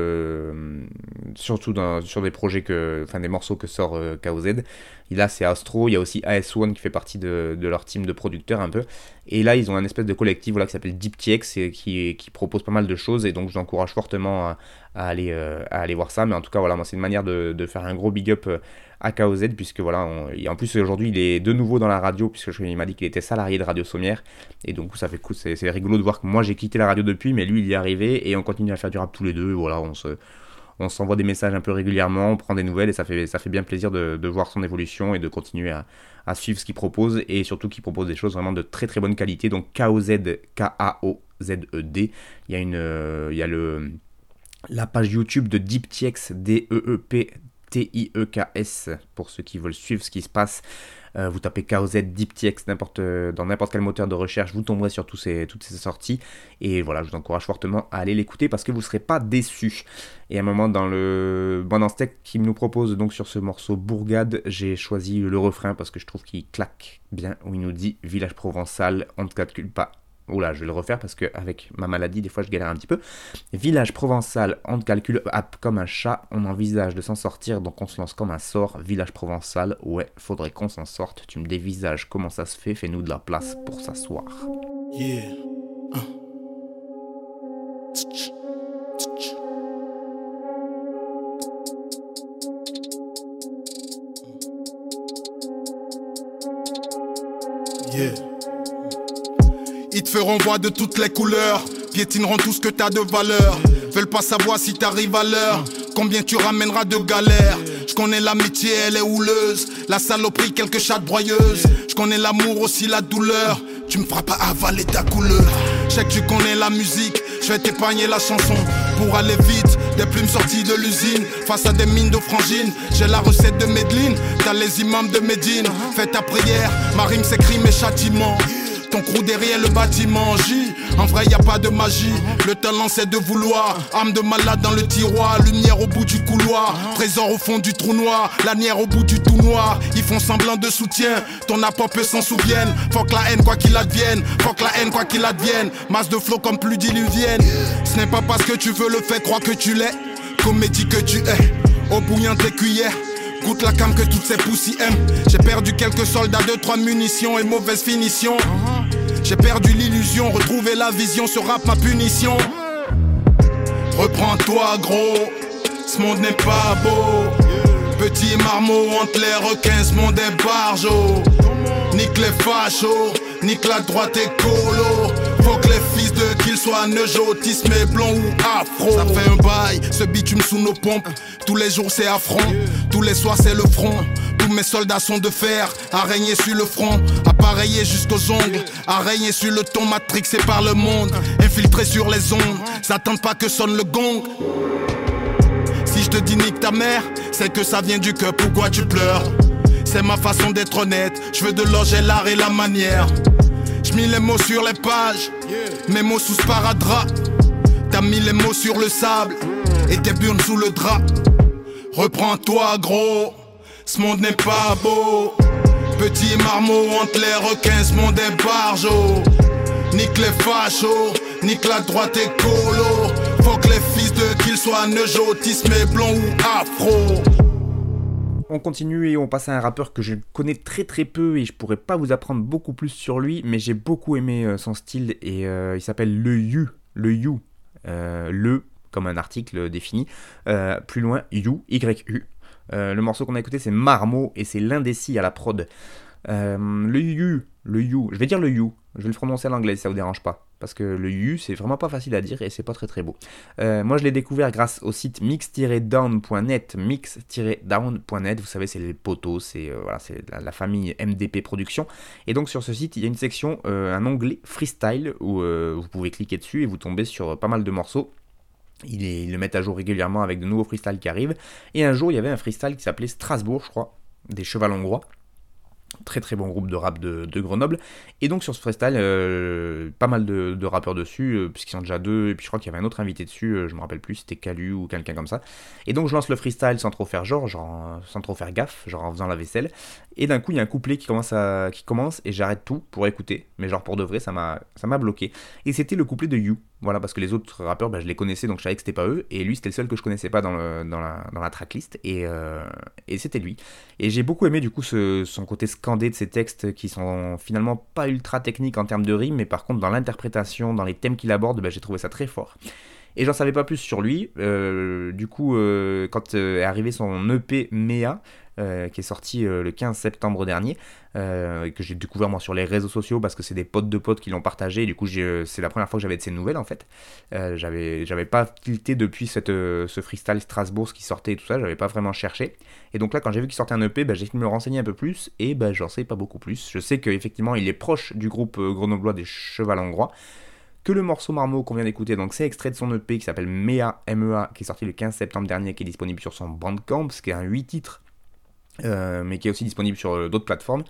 surtout sur des projets des morceaux que sort KOZ. Et là c'est Astro, il y a aussi AS1 qui fait partie de leur team de producteurs un peu. Et là ils ont un espèce de collectif qui s'appelle Deep TX et qui propose pas mal de choses, et donc je l'encourage fortement à aller voir ça. Mais en tout cas voilà, moi c'est une manière de faire un gros big up à KOZ, puisque voilà, en plus aujourd'hui il est de nouveau dans la radio, puisque il m'a dit qu'il était salarié de Radio Sommière, et donc ça fait cool, c'est rigolo de voir que moi j'ai quitté la radio depuis, mais lui il y est arrivé, et on continue à faire du rap tous les deux. Voilà, on s'envoie des messages un peu régulièrement, on prend des nouvelles, et ça fait bien plaisir de voir son évolution et de continuer à suivre ce qu'il propose, et surtout qu'il propose des choses vraiment de très très bonne qualité. Donc KOZ, K-A-O-Z-E-D, il y a la page YouTube de Deep TX, D-E-E-P-T-I-E-K-S, pour ceux qui veulent suivre ce qui se passe. Vous tapez KOZ Deep TX dans n'importe quel moteur de recherche, vous tomberez sur toutes ces sorties. Et voilà, je vous encourage fortement à aller l'écouter parce que vous ne serez pas déçus. Et à un moment dans ce texte qu'il nous propose donc sur ce morceau Bourgade, j'ai choisi le refrain parce que je trouve qu'il claque bien, où il nous dit « Village provençal, on ne te calcule pas ». Oula, je vais le refaire parce qu'avec ma maladie, des fois je galère un petit peu. Village provençal, on te calcule comme un chat, on envisage de s'en sortir, donc on se lance comme un sort. Village provençal, ouais, faudrait qu'on s'en sorte. Tu me dévisages, comment ça se fait, fais-nous de la place pour s'asseoir. Yeah. Yeah. Ils te feront voir de toutes les couleurs, piétineront tout ce que t'as de valeur. Veulent pas savoir si t'arrives à l'heure, combien tu ramèneras de galères. Je connais l'amitié, elle est houleuse, la saloperie, quelques chattes broyeuses. Je connais l'amour, aussi la douleur, tu me feras pas avaler ta couleur. Je sais que tu connais la musique, je vais t'épargner la chanson. Pour aller vite, des plumes sorties de l'usine, face à des mines de frangine. J'ai la recette de Medline, t'as les imams de Médine. Fais ta prière, ma rime c'est crime et châtiment. Ton crew derrière le bâtiment, J. En vrai y a pas de magie, le talent c'est de vouloir. Âme de malade dans le tiroir, lumière au bout du couloir. Trésor au fond du trou noir, lanière au bout du tout noir. Ils font semblant de soutien, ton apop s'en souviennent. Fuck la haine quoi qu'il advienne, fuck la haine quoi qu'il advienne. Masse de flots comme plus diluvienne. Ce n'est pas parce que tu veux le faire croire que tu l'es. Comédie que tu es, au bouillant tes cuillères. Goûte la cam que toutes ces poussies aiment. J'ai perdu quelques soldats, 2-3 munitions et mauvaise finition. J'ai perdu l'illusion, retrouver la vision, ce rap ma punition. Reprends-toi gros, ce monde n'est pas beau. Petit marmot entre les requins, ce monde est barjo. Nique les fachos, nique la droite écolo. Faut que les fils de qu'ils soient neujo, tismé, blond ou afro. Ça fait un bail, ce bitume sous nos pompes. Tous les jours c'est affront, tous les soirs c'est le front. Tous mes soldats sont de fer, araignées sur le front. Appareillés jusqu'aux ongles, araignées sur le ton, matrixé par le monde. Infiltrés sur les ondes, s'attendent pas que sonne le gong. Si je te dis nique ta mère, c'est que ça vient du cœur, pourquoi tu pleures? C'est ma façon d'être honnête, je veux de loger l'art et la manière. J'mis les mots sur les pages, mes mots sous sparadrap. T'as mis les mots sur le sable, et tes burnes sous le drap. Reprends-toi gros, ce monde n'est pas beau. Petit marmot entre les requins, ce monde est barjo. Nique les fachos, nique la droite écolo. Faut que les fils de qu'ils soient neujo, tismé, blond ou afro. On continue et on passe à un rappeur que je connais très très peu et je pourrais pas vous apprendre beaucoup plus sur lui, mais j'ai beaucoup aimé son style et il s'appelle le You, le comme un article défini, plus loin You, Y-U. Le morceau qu'on a écouté c'est Marmo et c'est l'indécis à la prod. Le You, je vais dire le You, je vais le prononcer à l'anglais si ça vous dérange pas, parce que le You c'est vraiment pas facile à dire et c'est pas très très beau. Moi je l'ai découvert grâce au site mix-down.net, vous savez c'est les potos, c'est la famille MDP Productions, et donc sur ce site il y a une section, un onglet freestyle où vous pouvez cliquer dessus et vous tombez sur pas mal de morceaux. Ils le mettent à jour régulièrement avec de nouveaux freestyles qui arrivent, et un jour il y avait un freestyle qui s'appelait Strasbourg je crois, des Cheval Hongrois. Très très bon groupe de rap de Grenoble, et donc sur ce freestyle pas mal de rappeurs dessus, puisqu'ils sont déjà deux, et puis je crois qu'il y avait un autre invité dessus, je me rappelle plus, c'était Calu ou quelqu'un comme ça, et donc je lance le freestyle sans trop faire sans trop faire gaffe, genre en faisant la vaisselle, et d'un coup il y a un couplet qui commence et j'arrête tout pour écouter, mais genre pour de vrai ça m'a bloqué, et c'était le couplet de You, voilà, parce que les autres rappeurs je les connaissais donc je savais que c'était pas eux, et lui c'était le seul que je connaissais pas dans la tracklist, et c'était lui, et j'ai beaucoup aimé du coup son côté scandé de ces textes qui sont finalement pas ultra techniques en termes de rime, mais par contre dans l'interprétation, dans les thèmes qu'il aborde, j'ai trouvé ça très fort. Et j'en savais pas plus sur lui, du coup quand est arrivé son EP Mea, qui est sorti le 15 septembre dernier, que j'ai découvert moi sur les réseaux sociaux parce que c'est des potes de potes qui l'ont partagé, et du coup c'est la première fois que j'avais de ses nouvelles en fait. J'avais pas tilté depuis ce freestyle Strasbourg qui sortait et tout ça, j'avais pas vraiment cherché, et donc là quand j'ai vu qu'il sortait un EP, j'ai essayé de me renseigner un peu plus, et j'en sais pas beaucoup plus. Je sais qu'effectivement il est proche du groupe grenoblois des Cheval Hongrois, que le morceau Marmo qu'on vient d'écouter, donc c'est extrait de son EP qui s'appelle Mea, M-E-A, qui est sorti le 15 septembre dernier, qui est disponible sur son Bandcamp, ce qui est un 8 titres, mais qui est aussi disponible sur d'autres plateformes,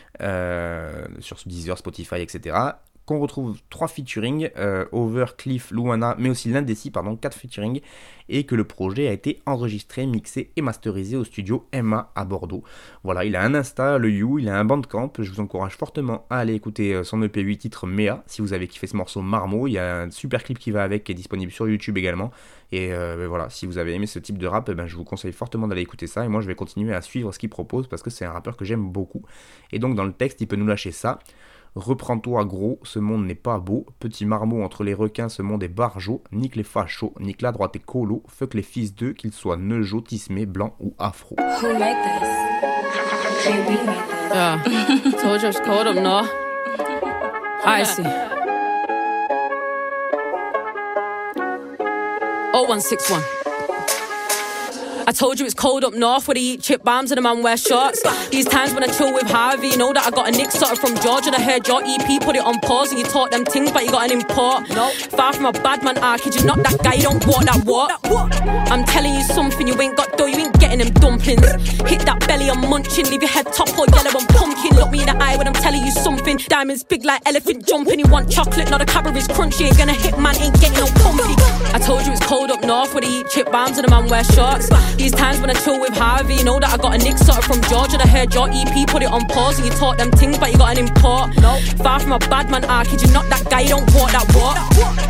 sur Deezer, Spotify, etc. Qu'on retrouve 3 featuring, Over, Cliff, Luana, mais aussi l'Indécis, 4 featuring, et que le projet a été enregistré, mixé et masterisé au studio Emma à Bordeaux. Voilà, il a un Insta, le You, il a un Bandcamp, je vous encourage fortement à aller écouter son EP 8 titres Mea, si vous avez kiffé ce morceau Marmo, il y a un super clip qui va avec, qui est disponible sur YouTube également, et voilà, si vous avez aimé ce type de rap, je vous conseille fortement d'aller écouter ça, et moi je vais continuer à suivre ce qu'il propose, parce que c'est un rappeur que j'aime beaucoup, et donc dans le texte, il peut nous lâcher ça. Reprends-toi gros, ce monde n'est pas beau. Petit marmot entre les requins, ce monde est barjot. Nique les fachos, nique la droite et colo. Fuck les fils d'eux, qu'ils soient neujo, tismé, blanc ou afro. Who made this? Yeah, told you it's cold up north. I see. 0161. I told you it's cold up north where they eat chip bombs and the man wear shorts. These times when I chill with Harvey, you know that I got a Nick Sutter from Georgia, and I heard your EP put it on pause and you taught them things but you got an import. No, far from a bad man, kid, you not that guy, you don't walk that walk. I'm telling you something, you ain't got dough, you ain't getting them dumplings. Hit that belly, I'm munching, leave your head top or yellow and pumpkin. Look me in the eye when I'm telling you something. Diamonds big like elephant jumping, you want chocolate, not a cabaret crunchy. Ain't gonna hit man, ain't getting no pumpy. I told you it's cold up north where they eat chip bombs and the man wear shorts. These times when I chill with Harvey, you know that I got a Nick Sutter from Georgia, and I heard your EP put it on pause and you taught them things but you got an import. No, far from a bad man, kid, you not that guy, you don't walk that walk.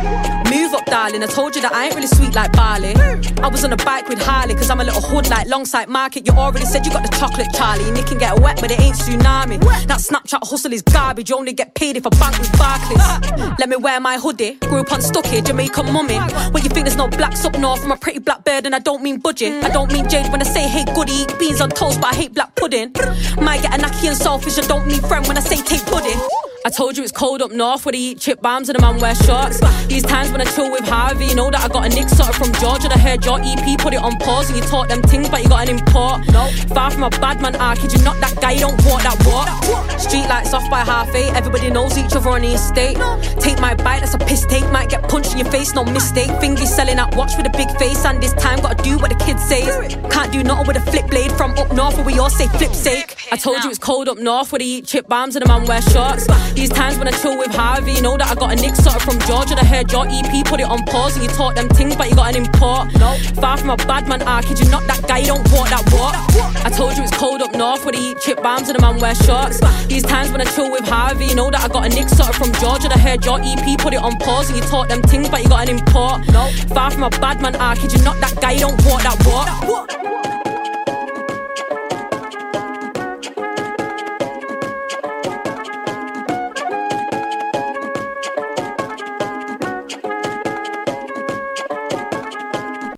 Move up darling, I told you that I ain't really sweet like barley. I was on a bike with Harley, cause I'm a little hood like Longside Market. You already said you got the chocolate Charlie, and you can get wet but it ain't tsunami. That Snapchat hustle is garbage, you only get paid if I bank with Barclays. Let me wear my hoodie, grew up on Stucky, Jamaican mummy. When you think there's no blacks up north, I'm a pretty black bird and I don't mean budget. I don't mean Jade when I say hey goody, eat beans on toast but I hate black pudding. Might get a knacky and selfish, I don't mean friend when I say take pudding. I told you it's cold up north where they eat chip bombs and the man wear shorts. These times when I chill with Harvey, you know that I got a Nick Sutter from Georgia, and I heard your EP put it on pause and you taught them things but you got an import. No, far from a bad man, kid, you not that guy, you don't walk that walk. Street lights off by 8:30, everybody knows each other on the estate. Take my bite, that's a piss take, might get punched in your face, no mistake. Fingy selling that watch with a big face, and this time gotta do what the kids say. Can't do nothing with a flip blade from up north where we all say flip sake. I told you it's cold up north where they eat chip bombs and the man wear shorts. These times when I chill with Harvey, you know that I got a Nick Sutter from Georgia, and I heard your EP put it on pause and you taught them things but you got an import. No, far from a bad man, kid, you not that guy, you don't walk that walk. I told you it's cold up north where they eat chip bombs and the man wear shorts. These times when I chill with Harvey, you know that I got a Nick Sutter from Georgia, and I heard your EP put it on pause and you taught them things but you got an import. No, far from a bad man, kid, you not that guy, you don't walk that walk.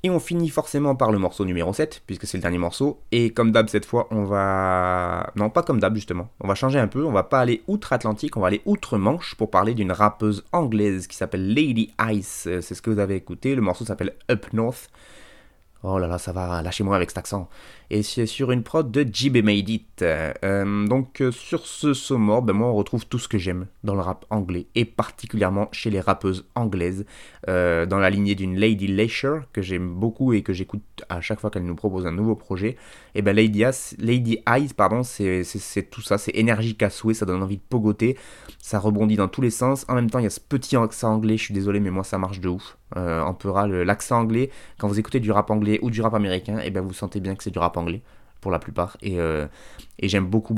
Et on finit forcément par le morceau numéro 7, puisque c'est le dernier morceau. Et comme d'hab, cette fois, on va... Non, pas comme d'hab, justement. On va changer un peu. On va pas aller outre-Atlantique, on va aller outre-Manche pour parler d'une rappeuse anglaise qui s'appelle Lady Ice. C'est ce que vous avez écouté. Le morceau s'appelle Up North. Oh là là, ça va, lâchez-moi avec cet accent. Et c'est sur une prod de JB Made It. Donc sur ce Somore, moi on retrouve tout ce que j'aime dans le rap anglais, et particulièrement chez les rappeuses anglaises, dans la lignée d'une Lady Leisure, que j'aime beaucoup et que j'écoute à chaque fois qu'elle nous propose un nouveau projet. Et ben Lady Ice, c'est tout ça, c'est énergique à souhait, ça donne envie de pogoter, ça rebondit dans tous les sens. En même temps, il y a ce petit accent anglais, je suis désolé, mais moi ça marche de ouf. On pera l'accent anglais, quand vous écoutez du rap anglais ou du rap américain, et ben vous sentez bien que c'est du rap anglais pour la plupart, et j'aime beaucoup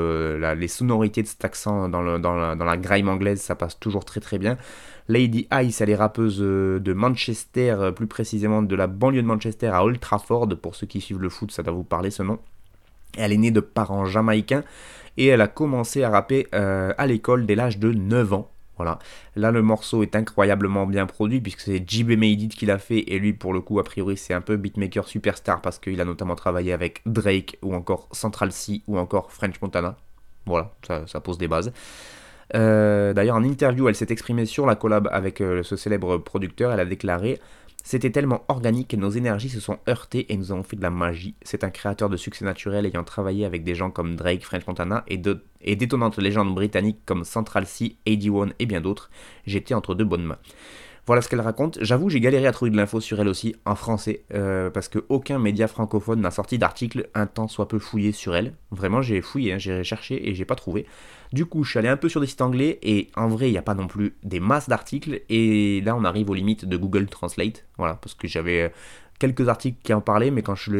les sonorités de cet accent dans la grime anglaise, ça passe toujours très très bien. Lady Ice, elle est rappeuse de Manchester, plus précisément de la banlieue de Manchester à Old Trafford. Pour ceux qui suivent le foot, ça doit vous parler ce nom. Elle est née de parents jamaïcains et elle a commencé à rapper à l'école dès l'âge de 9 ans. Voilà. Là, le morceau est incroyablement bien produit puisque c'est JB Made It qui l'a fait, et lui, pour le coup, a priori, c'est un peu beatmaker superstar parce qu'il a notamment travaillé avec Drake ou encore Central C ou encore French Montana. Voilà, ça pose des bases. D'ailleurs, en interview, elle s'est exprimée sur la collab avec ce célèbre producteur. Elle a déclaré: c'était tellement organique, nos énergies se sont heurtées et nous avons fait de la magie. C'est un créateur de succès naturel ayant travaillé avec des gens comme Drake, French Montana et d'étonnantes légendes britanniques comme Central C, 81 et bien d'autres. J'étais entre deux bonnes mains. Voilà ce qu'elle raconte. J'avoue, j'ai galéré à trouver de l'info sur elle aussi, en français, parce qu'aucun média francophone n'a sorti d'article un tant soit peu fouillé sur elle. Vraiment, j'ai fouillé, j'ai cherché et j'ai pas trouvé. Du coup, je suis allé un peu sur des sites anglais, et en vrai, il n'y a pas non plus des masses d'articles, et là, on arrive aux limites de Google Translate, voilà, parce que j'avais quelques articles qui en parlaient, mais quand je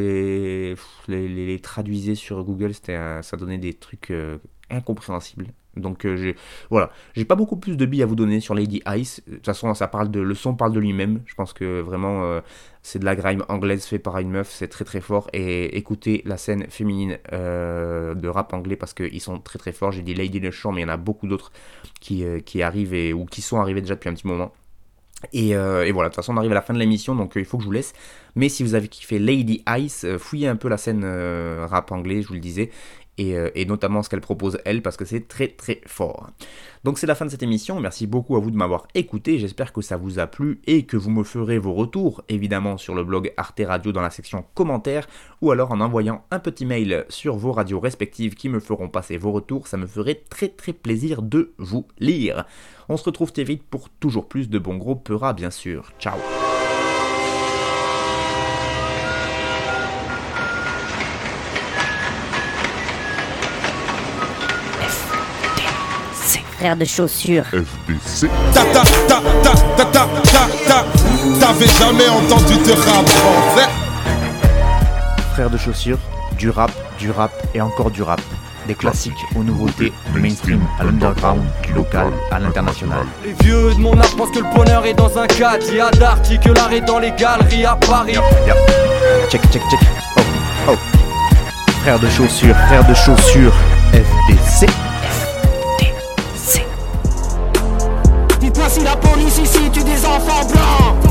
les traduisais sur Google, ça donnait des trucs incompréhensibles. Donc j'ai pas beaucoup plus de billes à vous donner sur Lady Ice. De toute façon, le son parle de lui-même. Je pense que vraiment c'est de la grime anglaise fait par une meuf, c'est très très fort. Et écoutez la scène féminine de rap anglais parce qu'ils sont très très forts. J'ai dit Lady Leisure, mais il y en a beaucoup d'autres qui arrivent ou qui sont arrivés déjà depuis un petit moment. Et voilà, de toute façon on arrive à la fin de l'émission, donc il faut que je vous laisse. Mais si vous avez kiffé Lady Ice, fouillez un peu la scène rap anglais, je vous le disais, et notamment ce qu'elle propose elle, parce que c'est très très fort. Donc c'est la fin de cette émission, merci beaucoup à vous de m'avoir écouté, j'espère que ça vous a plu et que vous me ferez vos retours, évidemment sur le blog Arte Radio dans la section commentaires, ou alors en envoyant un petit mail sur vos radios respectives qui me feront passer vos retours, ça me ferait très très plaisir de vous lire. On se retrouve très vite pour toujours plus de bons gros peuras bien sûr, ciao. Frère de chaussures. FDC. T'avais jamais entendu de rap français. Frère de chaussures, du rap et encore du rap. Des classiques aux nouveautés, du mainstream à l'underground, du local à l'international. Les vieux de mon âge pensent que le bonheur est dans un cadre. Il y a d'Arty que l'art est dans les galeries à Paris. Check. Oh. Frère de chaussures, FDC. Dites-moi si la police ici tue des enfants blancs.